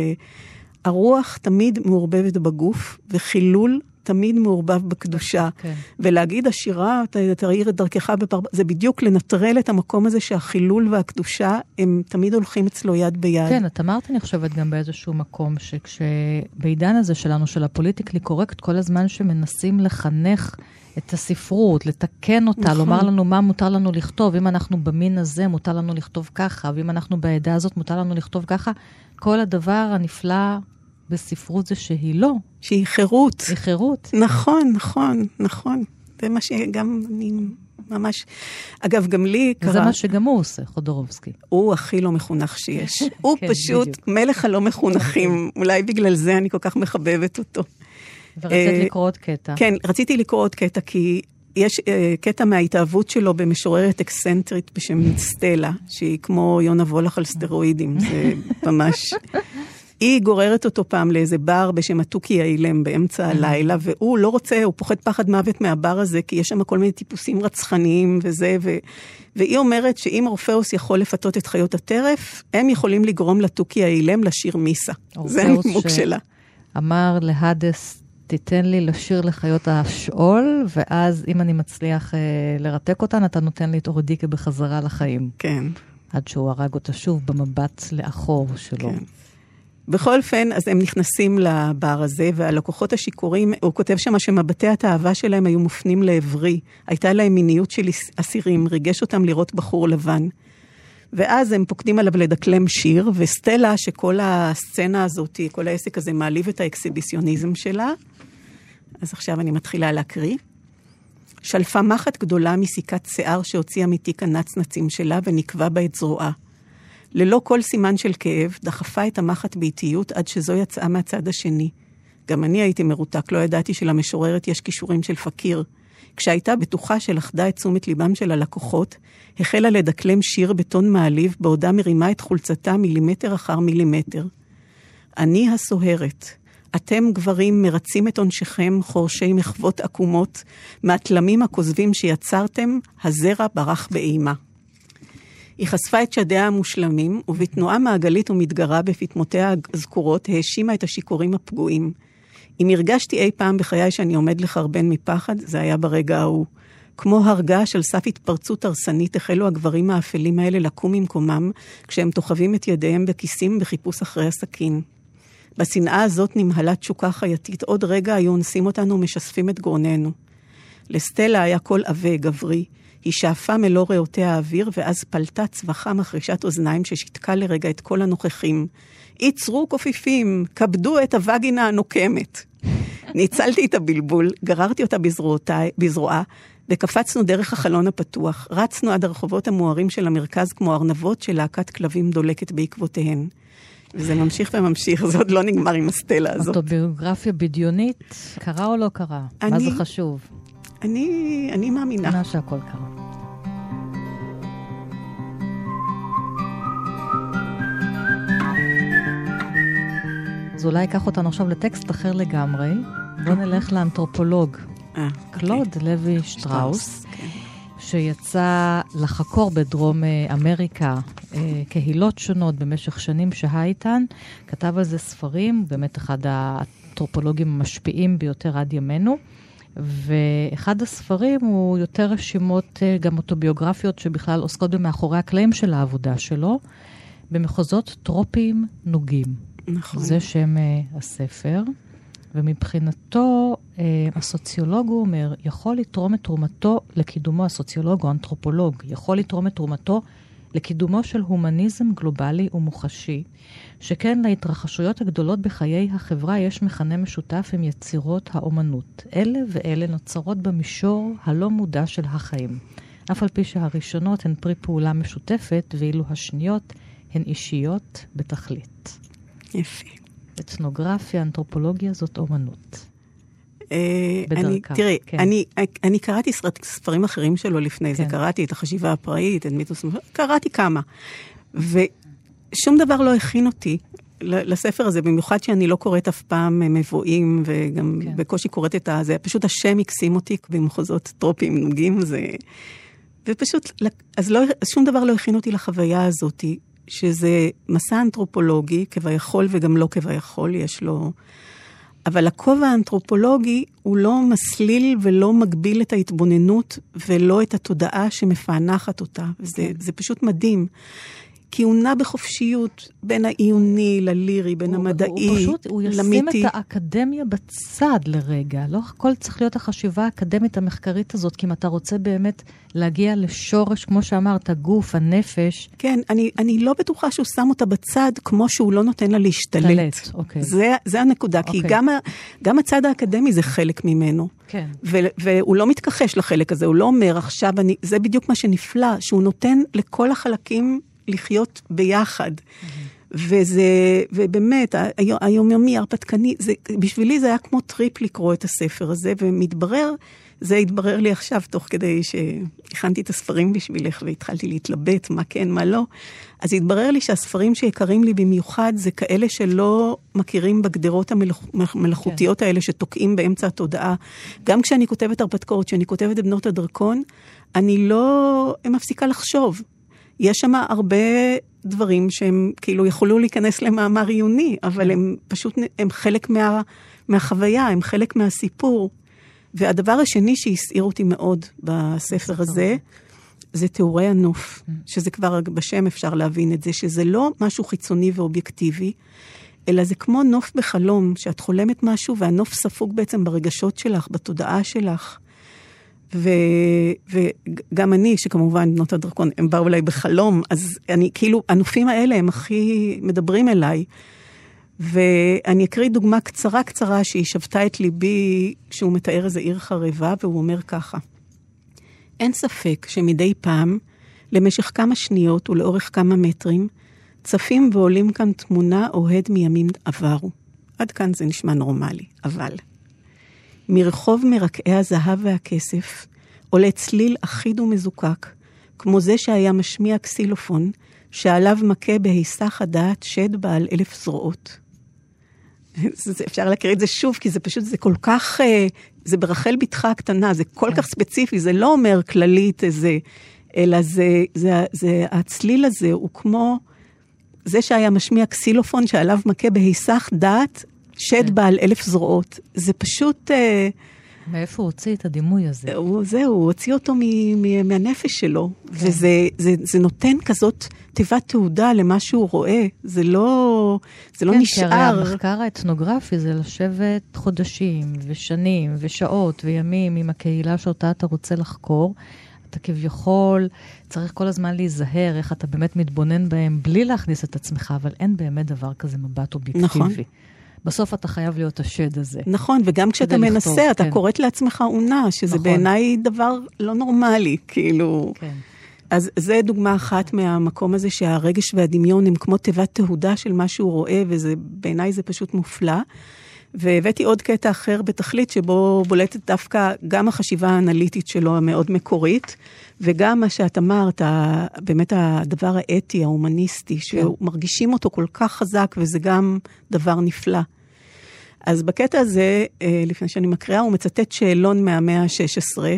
שהרוח תמיד מעורבבת בגוף, וחילול תמיד מעורבב בקדושה. כן. ולהגיד השירה, תאיר את דרכך בפרפר, זה בדיוק לנטרל את המקום הזה שהחילול והקדושה, הם תמיד הולכים אצלו יד ביד. כן, את אמרת, אני חושבת גם באיזשהו מקום, שכשבעידן הזה שלנו, של הפוליטיקלי קורקט, כל הזמן שמנסים לחנך את הספרות, לתקן אותה, נכון. לומר לנו מה מותר לנו לכתוב, אם אנחנו במין הזה מותר לנו לכתוב ככה, ואם אנחנו בעדה הזאת מותר לנו לכתוב ככה, כל הדבר הנפלא בספרות זה שהיא לא. שהיא חירות. היא חירות. נכון, נכון, נכון. זה מה שגם אני ממש... אגב, גם לי קרה... זה מה שגם הוא עושה, חודורובסקי. הוא הכי לא מחונך שיש. הוא פשוט מלך הלא מחונכים. אולי בגלל זה אני כל כך מחבבת אותו. ורצית לקרוא עוד קטע. כן, רציתי לקרוא עוד קטע, כי יש קטע מההתאהבות שלו במשוררת אקסנטרית בשם סטלה, שהיא כמו יונה וולך על סטרואידים. זה ממש... היא גוררת אותו פעם לאיזה בר בשם התוכי האילם באמצע הלילה, והוא לא רוצה, הוא פוחד פחד מוות מהבר הזה, כי יש שם כל מיני טיפוסים רצחניים וזה, ו... והיא אומרת שאם אורפאוס יכול לפתות את חיות הטרף, הם יכולים לגרום לתוכי האילם לשיר מיסה. זה הנימוק שלה. אמר להדס, תיתן לי לשיר לחיות השאול, ואז אם אני מצליח אה, לרתק אותן, אתה נותן לי את אורדיקה בחזרה לחיים. כן. עד שהוא הרג אותה שוב במבט לאחור שלו. כן. בכל אופן, אז הם נכנסים לבר הזה, והלקוחות השיכורים, הוא כותב שמה שמבטי התאווה שלהם היו מופנים לעברי. הייתה להם מיניות של אסירים, ריגש אותם לראות בחור לבן. ואז הם פוקדים עליו לדקלם שיר, וסטלה, שכל הסצנה הזאת, כל העסק הזה מעליב את האקסיביציוניזם שלה. אז עכשיו אני מתחילה להקריא. שלפה מחט גדולה מסיקת שיער שהוציאה מתיק הנצנצים שלה ונקבע בה את זרועה. ללא כל סימן של כאב, דחפה את המחט באיטיות עד שזו יצאה מהצד השני. גם אני הייתי מרותק, לא ידעתי שלמשוררת יש כישורים של פקיר. כשהייתה בטוחה שלחדה את תשומת ליבם של הלקוחות, החלה לדקלם שיר בטון מעליב, בעודה מרימה את חולצתה מילימטר אחר מילימטר. אני הסוהרת. אתם גברים מרצים את עונשכם חורשי מחוות עקומות, מהתלמים הכוזבים שיצרתם, הזרע ברח באימה. היא חשפה את שדיה המושלמים, ובתנועה מעגלית ומתגרה בפתמותיה הזכורות, האשימה את השיקורים הפגועים. אם הרגשתי אי פעם בחיי שאני עומד לחרבן מפחד, זה היה ברגע ההוא. כמו הרגש על סף התפרצות הרסנית, החלו הגברים האפלים האלה לקום ממקומם, כשהם תוחבים את ידיהם בכיסים בחיפוש אחרי הסכין. בשנאה הזאת נמהלה תשוקה חייתית, עוד רגע היו אונסים אותנו ומשספים את גרוננו. לסטלה היה קול עבה, גברי. היא שאפה מלוא ריאותיה האוויר, ואז פלטה צווחה מחרישת אוזניים ששתקה לרגע את כל הנוכחים. יצרו קופיפים, כבדו את הווגינה הנוקמת. ניצלתי את הבלבול, גררתי אותה בזרועה, וקפצנו דרך החלון הפתוח. רצנו עד הרחובות המוארים של המרכז כמו ארנבות של להקת כלבים דולקת בעקבותיהן. וזה ממשיך וממשיך, זה עוד לא נגמר עם הסטלה הזאת. אוטוביוגרפיה בדיונית, קרה או לא קרה? אני, מה זה חשוב? אני, אני מאמינה. מה שהכל קרה. אז אולי אקח אותנו עכשיו לטקסט אחר לגמרי. בוא נלך לאנתרופולוג. אה, קלוד אוקיי. לוי שטראוס. כן. שיצא לחקור בדרום אמריקה קהילות שונות במשך שנים שהה איתן, כתב על זה ספרים, באמת אחד האנתרופולוגים המשפיעים ביותר עד ימינו, ואחד הספרים הוא יותר רשימות גם אוטוביוגרפיות שבכלל עוסקות במאחורי הקלעים של העבודה שלו, במחוזות טרופיים נוגים. נכון. זה שם הספר. ומבחינתו, הסוציולוג הוא אומר, יכול לתרום את תרומתו לקידומו, הסוציולוג או אנתרופולוג, יכול לתרום את תרומתו לקידומו של הומניזם גלובלי ומוחשי, שכן להתרחשויות הגדולות בחיי החברה יש מכנה משותף עם יצירות האומנות. אלה ואלה נוצרות במישור הלא מודע של החיים. אף על פי שהראשונות הן פרי פעולה משותפת, ואילו השניות הן אישיות בתכלית. יפה. אתנוגרפיה, אנתרופולוגיה, זאת אומנות. בדרכה. תראה, אני קראתי ספרים אחרים שלו לפני זה, קראתי את החשיבה הפראית, את מיתוס, קראתי כמה. ושום דבר לא הכין אותי לספר הזה, במיוחד שאני לא קוראת אף פעם מבואים, וגם בקושי קוראת את זה, פשוט השם הקסים אותי במחוזות טרופיים נוגים, ופשוט, אז שום דבר לא הכין אותי לחוויה הזאת, שזה מסע אנתרופולוגי, כביכול וגם לא כביכול, יש לו... אבל הכובע האנתרופולוגי הוא לא מסליל ולא מגביל את ההתבוננות, ולא את התודעה שמפענחת אותה. וזה זה פשוט מדהים. כי הוא נע בחופשיות בין העיוני ללירי, בין הוא, המדעי, הוא פשוט, הוא למיתי. ישים את האקדמיה בצד לרגע. לא הכל צריך להיות החשיבה האקדמית המחקרית הזאת, כי אם אתה רוצה באמת להגיע לשורש, כמו שאמרת, הגוף, הנפש. כן, אני, אני לא בטוחה שהוא שם אותה בצד, כמו שהוא לא נותן לה להשתלט. תלט, אוקיי. זה, זה הנקודה, אוקיי. כי גם, גם הצד האקדמי זה חלק ממנו. כן. ו, והוא לא מתכחש לחלק הזה, הוא לא אומר עכשיו, אני, זה בדיוק מה שנפלא, שהוא נותן לכל החלקים לחיות ביחד. וזה, ובאמת, היומיומי, הרפתקני, זה, בשבילי זה היה כמו טריפ לקרוא את הספר הזה, ומתברר, זה התברר לי עכשיו, תוך כדי שהכנתי את הספרים בשבילך, והתחלתי להתלבט מה כן, מה לא, אז התברר לי שהספרים שיקרים לי במיוחד, זה כאלה שלא מכירים בגדרות המלאכותיות האלה, שתוקעים באמצע התודעה. גם כשאני כותבת הרפתקאות, כשאני כותבת את בנות הדרקון, אני לא מפסיקה לחשוב. יש שם הרבה דברים שהם כאילו יכולו להיכנס למאמר עיוני, אבל הם פשוט, הם חלק מה, מהחוויה, הם חלק מהסיפור. והדבר השני שהסעיר אותי מאוד בספר הזה, זה תיאורי הנוף, שזה כבר בשם אפשר להבין את זה, שזה לא משהו חיצוני ואובייקטיבי, אלא זה כמו נוף בחלום, שאת חולמת משהו, והנוף ספוג בעצם ברגשות שלך, בתודעה שלך. ו, וגם אני, שכמובן בנות הדרקון, הם באו אליי בחלום, אז אני, כאילו, הנופים האלה הם הכי מדברים אליי. ואני אקריא דוגמה קצרה קצרה, שהיא שבתה את ליבי, כשהוא מתאר איזה עיר חרבה, והוא אומר ככה. אין ספק שמדי פעם, למשך כמה שניות ולאורך כמה מטרים, צפים ועולים כאן תמונה אוהד מימים עברו. עד כאן זה נשמע נורמלי, אבל מרחוב מרקעי הזהב והכסף עולה צליל אחיד ומזוקק, כמו זה שהיה משמיע קסילופון, שעליו מכה בהיסח הדעת שד בעל אלף זרועות. אפשר להקריא את זה שוב, כי זה פשוט, זה כל כך, זה ברחל בתך הקטנה, זה כל כך ספציפי, זה לא אומר כללית איזה, אלא זה, זה, זה, הצליל הזה הוא כמו זה שהיה משמיע קסילופון שעליו מכה בהיסח דעת שד בעל אלף זרועות. זה פשוט... מאיפה הוא הוציא את הדימוי הזה? הוא, זהו, הוא הוציא אותו מ, מ, מהנפש שלו, כן. וזה זה, זה נותן כזאת תיבת תעודה למה שהוא רואה. זה לא, זה לא כן, נשאר... כן, כי הרי המחקר האתנוגרפי זה לשבת חודשים ושנים ושעות וימים עם הקהילה שאותה אתה רוצה לחקור. אתה כביכול צריך כל הזמן להיזהר איך אתה באמת מתבונן בהם בלי להכניס את עצמך, אבל אין באמת דבר כזה מבט אובייקטיבי. נכון. בסוף אתה חייב להיות השד הזה. נכון, וגם כשאתה מנסה, לכתוב, אתה כן. קוראת לעצמך עונה, שזה נכון. בעיניי דבר לא נורמלי, כאילו. כן. אז זה דוגמה אחת מהמקום הזה שהרגש והדמיון הם כמו תיבת תהודה של מה שהוא רואה, ובעיניי זה פשוט מופלא. והבאתי עוד קטע אחר בתכלית, שבו בולטת דווקא גם החשיבה האנליטית שלו המאוד מקורית, וגם מה שאת אמרת, באמת הדבר האתי, ההומניסטי, שמרגישים אותו כל כך חזק, וזה גם דבר נפלא. אז בקטע הזה, לפני שאני מקריאה, הוא מצטט שאלון מהמאה ה-שש עשרה,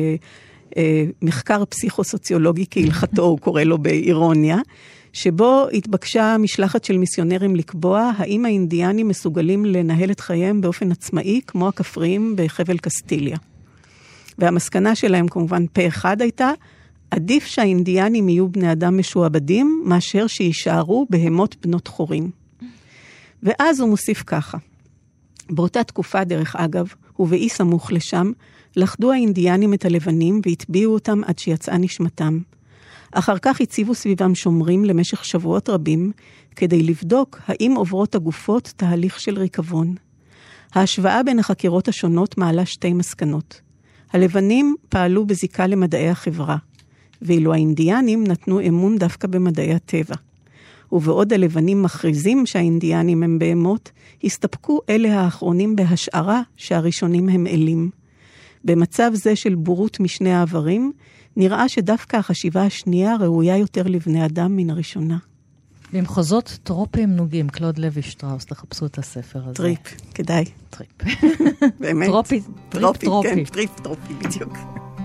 שמחקר פסיכוסוציולוגי כהלכתו, הוא קורא לו באירוניה, שבו התבקשה משלחת של מיסיונרים לקבוע האם האינדיאנים מסוגלים לנהל את חייהם באופן עצמאי, כמו הכפריים בחבל קסטיליה. והמסקנה שלהם כמובן פה אחד הייתה, עדיף שהאינדיאנים יהיו בני אדם משועבדים, מאשר שישארו בהמות בנות חורים. ואז הוא מוסיף ככה, באותה תקופה דרך אגב, ובאי סמוך לשם, לחדו האינדיאנים את הלבנים והטביעו אותם עד שיצאה נשמתם. אחר כך הציבו סביבם שומרים למשך שבועות רבים, כדי לבדוק האם עוברות הגופות תהליך של ריקבון. ההשוואה בין החקירות השונות מעלה שתי מסקנות. הלבנים פעלו בזיקה למדעי החברה, ואילו האינדיאנים נתנו אמון דווקא במדעי הטבע. ובעוד הלבנים מכריזים שהאינדיאנים הם בהמות, הסתפקו אלה האחרונים בהשערה שהראשונים הם אלים. במצב זה של בורות משני העברים, נראה שדווקא החשיבה השנייה ראויה יותר לבני אדם מן הראשונה. במחוזות טרופים נוגים, קלוד לוי שטראוס, תחפשו את הספר הזה. טריפ, כדאי. טריפ. באמת? טרופי, טריפ טרופי. כן, טריפ טרופי, בדיוק.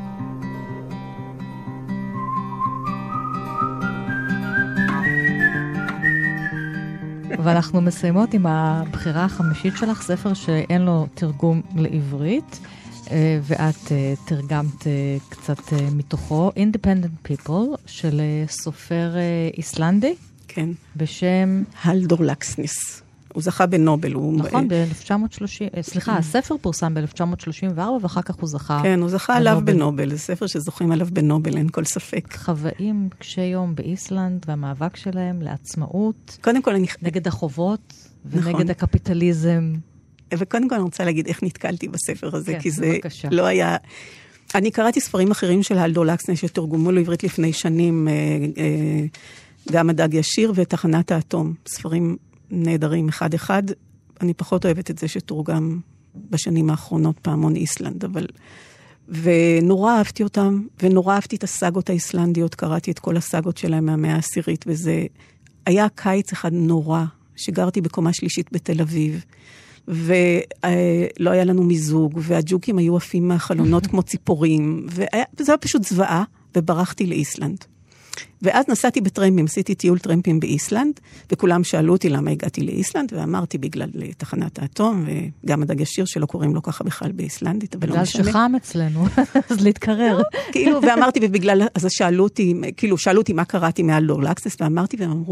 ואנחנו מסיימות עם הבחירה החמישית שלך, ספר שאין לו תרגום לעברית, ואת תרגמת קצת מתוכו, Independent People, של סופר איסלנדי. כן. בשם... הלדור לקסניס. הוא זכה בנובל. נכון, ב-אלף תשע מאות שלושים, סליחה, הספר פורסם ב-אלף תשע מאות שלושים וארבע, ואחר כך הוא זכה... כן, הוא זכה עליו בנובל. זה ספר שזוכים עליו בנובל, אין כל ספק. חוואים קשי יום באיסלנד, והמאבק שלהם לעצמאות. קודם כל אני... נגד החובות, ונגד הקפיטליזם. וקודם כל אני רוצה להגיד איך נתקלתי בספר הזה, כן, כי זה בבקשה. לא היה... אני קראתי ספרים אחרים של הלדור לקסניס, שתרגמו לעברית לפני שנים, גם הדג ישיר ותחנת האטום. ספרים נהדרים אחד אחד. אני פחות אוהבת את זה שתורגם בשנים האחרונות פעמון איסלנד, אבל... ונורא אהבתי אותם, ונורא אהבתי את הסאגות האיסלנדיות, קראתי את כל הסאגות שלהם מהמאה העשירית, וזה היה קיץ אחד נורא, שגרתי בקומה שלישית בתל אביב, ולא היה לנו מיזוג, והג'וקים היו עפים מהחלונות כמו ציפורים, וזה היה פשוט זוועה, וברחתי לאיסלנד. ואז נסעתי בטרמפים, עשיתי טיול טרמפים באיסלנד, וכולם שאלו אותי למה הגעתי לאיסלנד, ואמרתי בגלל תחנת האטום, וגם הדג ישיר שלא קוראים לו ככה בכלל באיסלנדית, אבל לא משנה. בגלל שחם אצלנו, אז להתקרר. כאילו, ואמרתי, ובגלל, אז שאלו אותי, כאילו, שאלו אותי מה קראתי מהלדור לקסניס, ואמרתי, והם אמרו,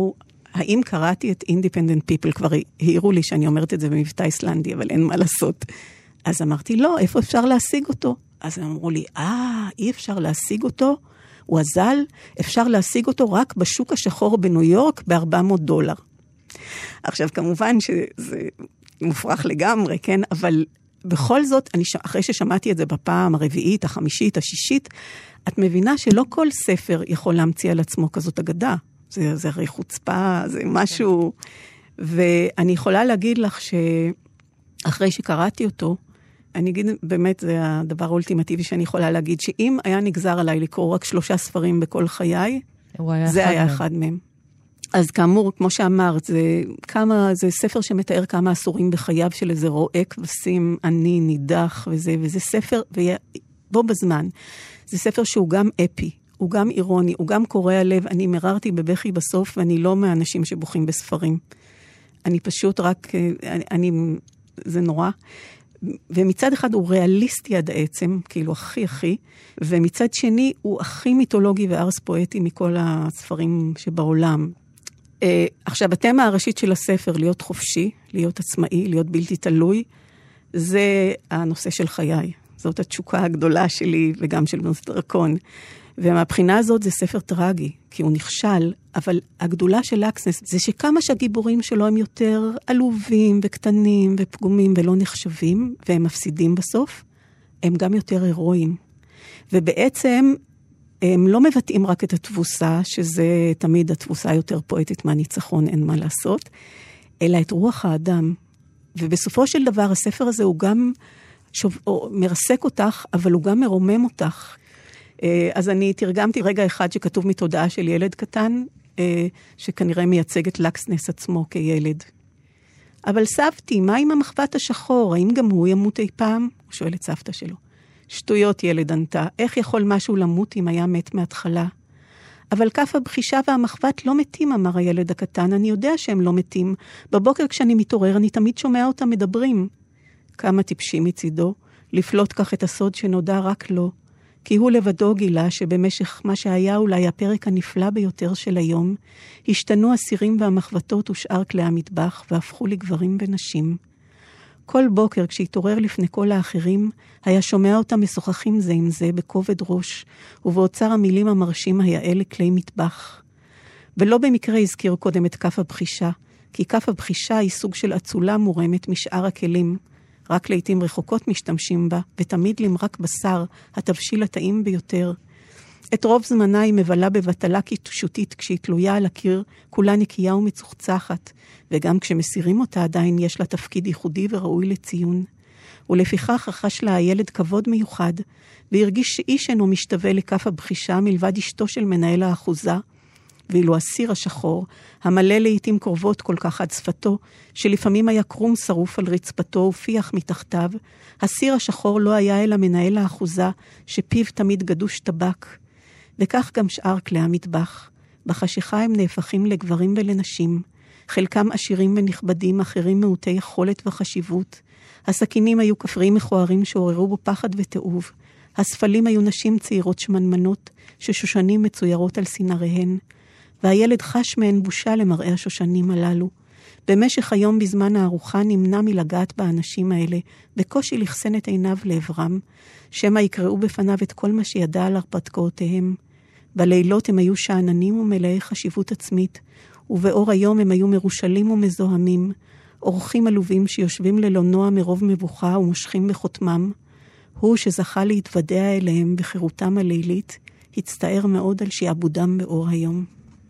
האם קראתי את Independent People? כבר העירו לי שאני אומרת את זה במבטא איסלנדי, אבל אין מה לעשות. אז אמרתי, לא, איפה אפשר להשיג אותו? אז הם אמרו לי, אה, אי אפשר להשיג אותו, הוא אזל, אפשר להשיג אותו רק בשוק השחור בניו יורק ב-ארבע מאות דולר. עכשיו, כמובן שזה מופרך לגמרי, כן? אבל בכל זאת, אני, אחרי ששמעתי את זה בפעם הרביעית, החמישית, השישית, את מבינה שלא כל ספר יכול להמציא על עצמו כזאת אגדה. זה, זה הרי חוצפה, זה משהו... ואני יכולה להגיד לך שאחרי שקראתי אותו, אני אגיד, באמת, זה הדבר האולטימטיבי שאני יכולה להגיד, שאם היה נגזר עליי לקרוא רק שלושה ספרים בכל חיי, זה היה אחד מהם. אז כאמור, כמו שאמרת, זה, כמה, זה ספר שמתאר כמה עשורים בחייו של איזה רועה כבשים, עני, נידח, וזה, וזה ספר, ובו בזמן, זה ספר שהוא גם אפי, הוא גם אירוני, הוא גם קורע לב. אני מררתי בבכי בסוף, ואני לא מהאנשים שבוכים בספרים. אני פשוט רק, אני, אני, זה נורא. ומצד אחד הוא ריאליסטי עד העצם, כאילו הכי הכי, ומצד שני הוא הכי מיתולוגי וארס פואטי מכל הספרים שבעולם. Uh, עכשיו, התמה הראשית של הספר, להיות חופשי, להיות עצמאי, להיות בלתי תלוי, זה הנושא של חיי. זאת התשוקה הגדולה שלי וגם של בנות דרקון. ומהבחינה הזאת זה ספר טרגי, כי הוא נכשל, אבל הגדולה של לקסנס זה שכמה שהגיבורים שלו הם יותר עלובים וקטנים ופגומים ולא נחשבים, והם מפסידים בסוף, הם גם יותר הירואיים. ובעצם הם לא מבטאים רק את התבוסה, שזה תמיד התבוסה יותר פואטית מהניצחון, אין מה לעשות, אלא את רוח האדם. ובסופו של דבר הספר הזה הוא גם שוב, מרסק אותך, אבל הוא גם מרומם אותך. אז אני תרגמתי רגע אחד שכתוב מתודעה של ילד קטן, שכנראה מייצג את לקסנס עצמו כילד. אבל סבתי, מה עם המחבת השחור? האם גם הוא ימות אי פעם? הוא שואל את סבתא שלו. שטויות, ילד ענתה. איך יכול משהו למות אם היה מת מההתחלה? אבל כף הבחישה והמחבת לא מתים, אמר הילד הקטן. אני יודע שהם לא מתים. בבוקר כשאני מתעורר, אני תמיד שומע אותם מדברים. כמה טיפשים מצידו, לפלוט כך את הסוד שנודע רק לו. כי הוא לבדו גילה שבמשך מה שהיה אולי הפרק הנפלא ביותר של היום, השתנו הסירים והמחבטות ושאר כלי המטבח, והפכו לגברים ונשים. כל בוקר כשהתעורר לפני כל האחרים, היה שומע אותם משוחחים זה עם זה בכובד ראש, ובאוצר המילים המרשים היה אלה כלי מטבח. ולא במקרה הזכיר קודם את כף הבחישה, כי כף הבחישה היא סוג של אצולה מורמת משאר הכלים, רק לעתים רחוקות משתמשים בה, ותמיד למרק בשר, התבשיל הטעים ביותר. את רוב זמנה היא מבלה בבטלה קישוטית, כשהיא תלויה על הקיר, כולה נקייה ומצוחצחת, וגם כשמסירים אותה עדיין יש לה תפקיד ייחודי וראוי לציון. ולפיכך רכש לה הילד כבוד מיוחד, והרגיש שאיש אינו משתווה לכף הבחישה מלבד אשתו של מנהל האחוזה, ואילו הסיר השחור, המלא לעתים קרובות כל כך עד שפתו, שלפעמים היה קרום שרוף על רצפתו ופיח מתחתיו, הסיר השחור לא היה אלא מנהל האחוזה, שפיו תמיד גדוש טבק. וכך גם שאר כלי המטבח. בחשיכה הם נהפכים לגברים ולנשים, חלקם עשירים ונכבדים, אחרים מעוטי יכולת וחשיבות. הסכינים היו כפריים מכוערים שעוררו בו פחד ותאוב. הספלים היו נשים צעירות שמנמנות, ששושנים מצוירות על סינריהן. והילד חש מהן בושה למראה השושנים הללו. במשך היום בזמן הארוחה נמנע מלגעת באנשים האלה, בקושי לחסן את עיניו לעברם, שמא יקראו בפניו את כל מה שידע על הרפתקאותיהם. בלילות הם היו שעננים ומלאי חשיבות עצמית, ובאור היום הם היו מרושלים ומזוהמים, אורחים עלובים שיושבים ללא נוע מרוב מבוכה ומושכים בחותמם. הוא שזכה להתוודע אליהם בחירותם הלילית, הצטער מאוד על שיעבודם באור היום.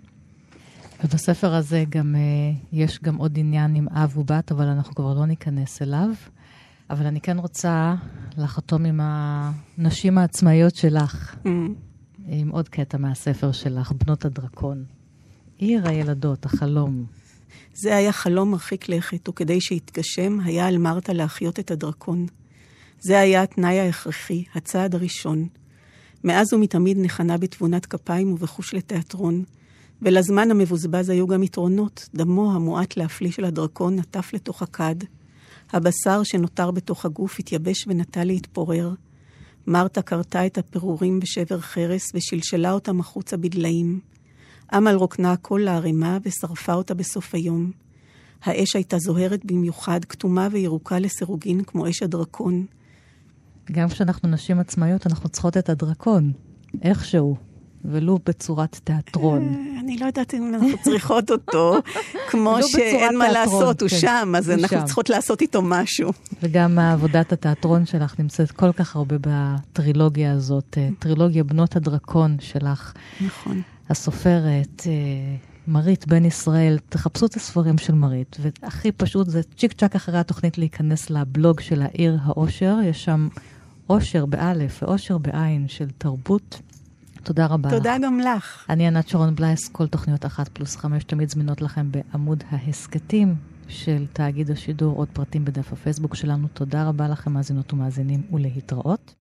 ובספר הזה גם, יש גם עוד עניין עם אב ובת, אבל אנחנו כבר לא ניכנס אליו. אבל אני כן רוצה לחתום עם הנשים העצמאיות שלך, mm. עם עוד קטע מהספר שלך, בנות הדרקון. עיר הילדות, החלום. זה היה חלום מרחיק לכת, וכדי שיתגשם היה על מרתה להחיות את הדרקון. זה היה התנאי ההכרחי, הצעד הראשון. מאז ומתמיד נכנה בתבונת כפיים ובחוש לתיאטרון, ולזמן המבוזבז היו גם יתרונות. דמו המועט להפליא של הדרקון נטף לתוך הכד. הבשר שנותר בתוך הגוף התייבש ונטה להתפורר. מרתה קרתה את הפירורים בשבר חרס ושלשלה אותם החוצה בדליים. עם על רוקנה כל להרימה ושרפה אותה בסוף היום. האש הייתה זוהרת במיוחד, כתומה וירוקה לסירוגין כמו אש הדרקון. גם כשאנחנו נשים עצמאיות, אנחנו צריכות את הדרקון, איכשהו, ולו בצורת תיאטרון. אני לא יודעת אם אנחנו צריכות אותו, כמו שאין מה לעשות, הוא שם, אז אנחנו צריכות לעשות איתו משהו. וגם עבודת התיאטרון שלך נמצאת כל כך הרבה בטרילוגיה הזאת, טרילוגיה בנות הדרקון שלך. נכון. הסופרת, מרית בן ישראל, תחפשו את הספרים של מרית, והכי פשוט זה צ'יק צ'ק אחרי התוכנית להיכנס לבלוג של העיר האושר, יש שם אושר באלף ואושר בעין של תרבות. תודה רבה. תודה גם לך. אני ענת שרון בלייס, כל תוכניות אחת פלוס חמש תמיד זמינות לכם בעמוד ההסקטים של תאגיד השידור, עוד פרטים בדף הפייסבוק שלנו. תודה רבה לכם מאזינות ומאזינים ולהתראות.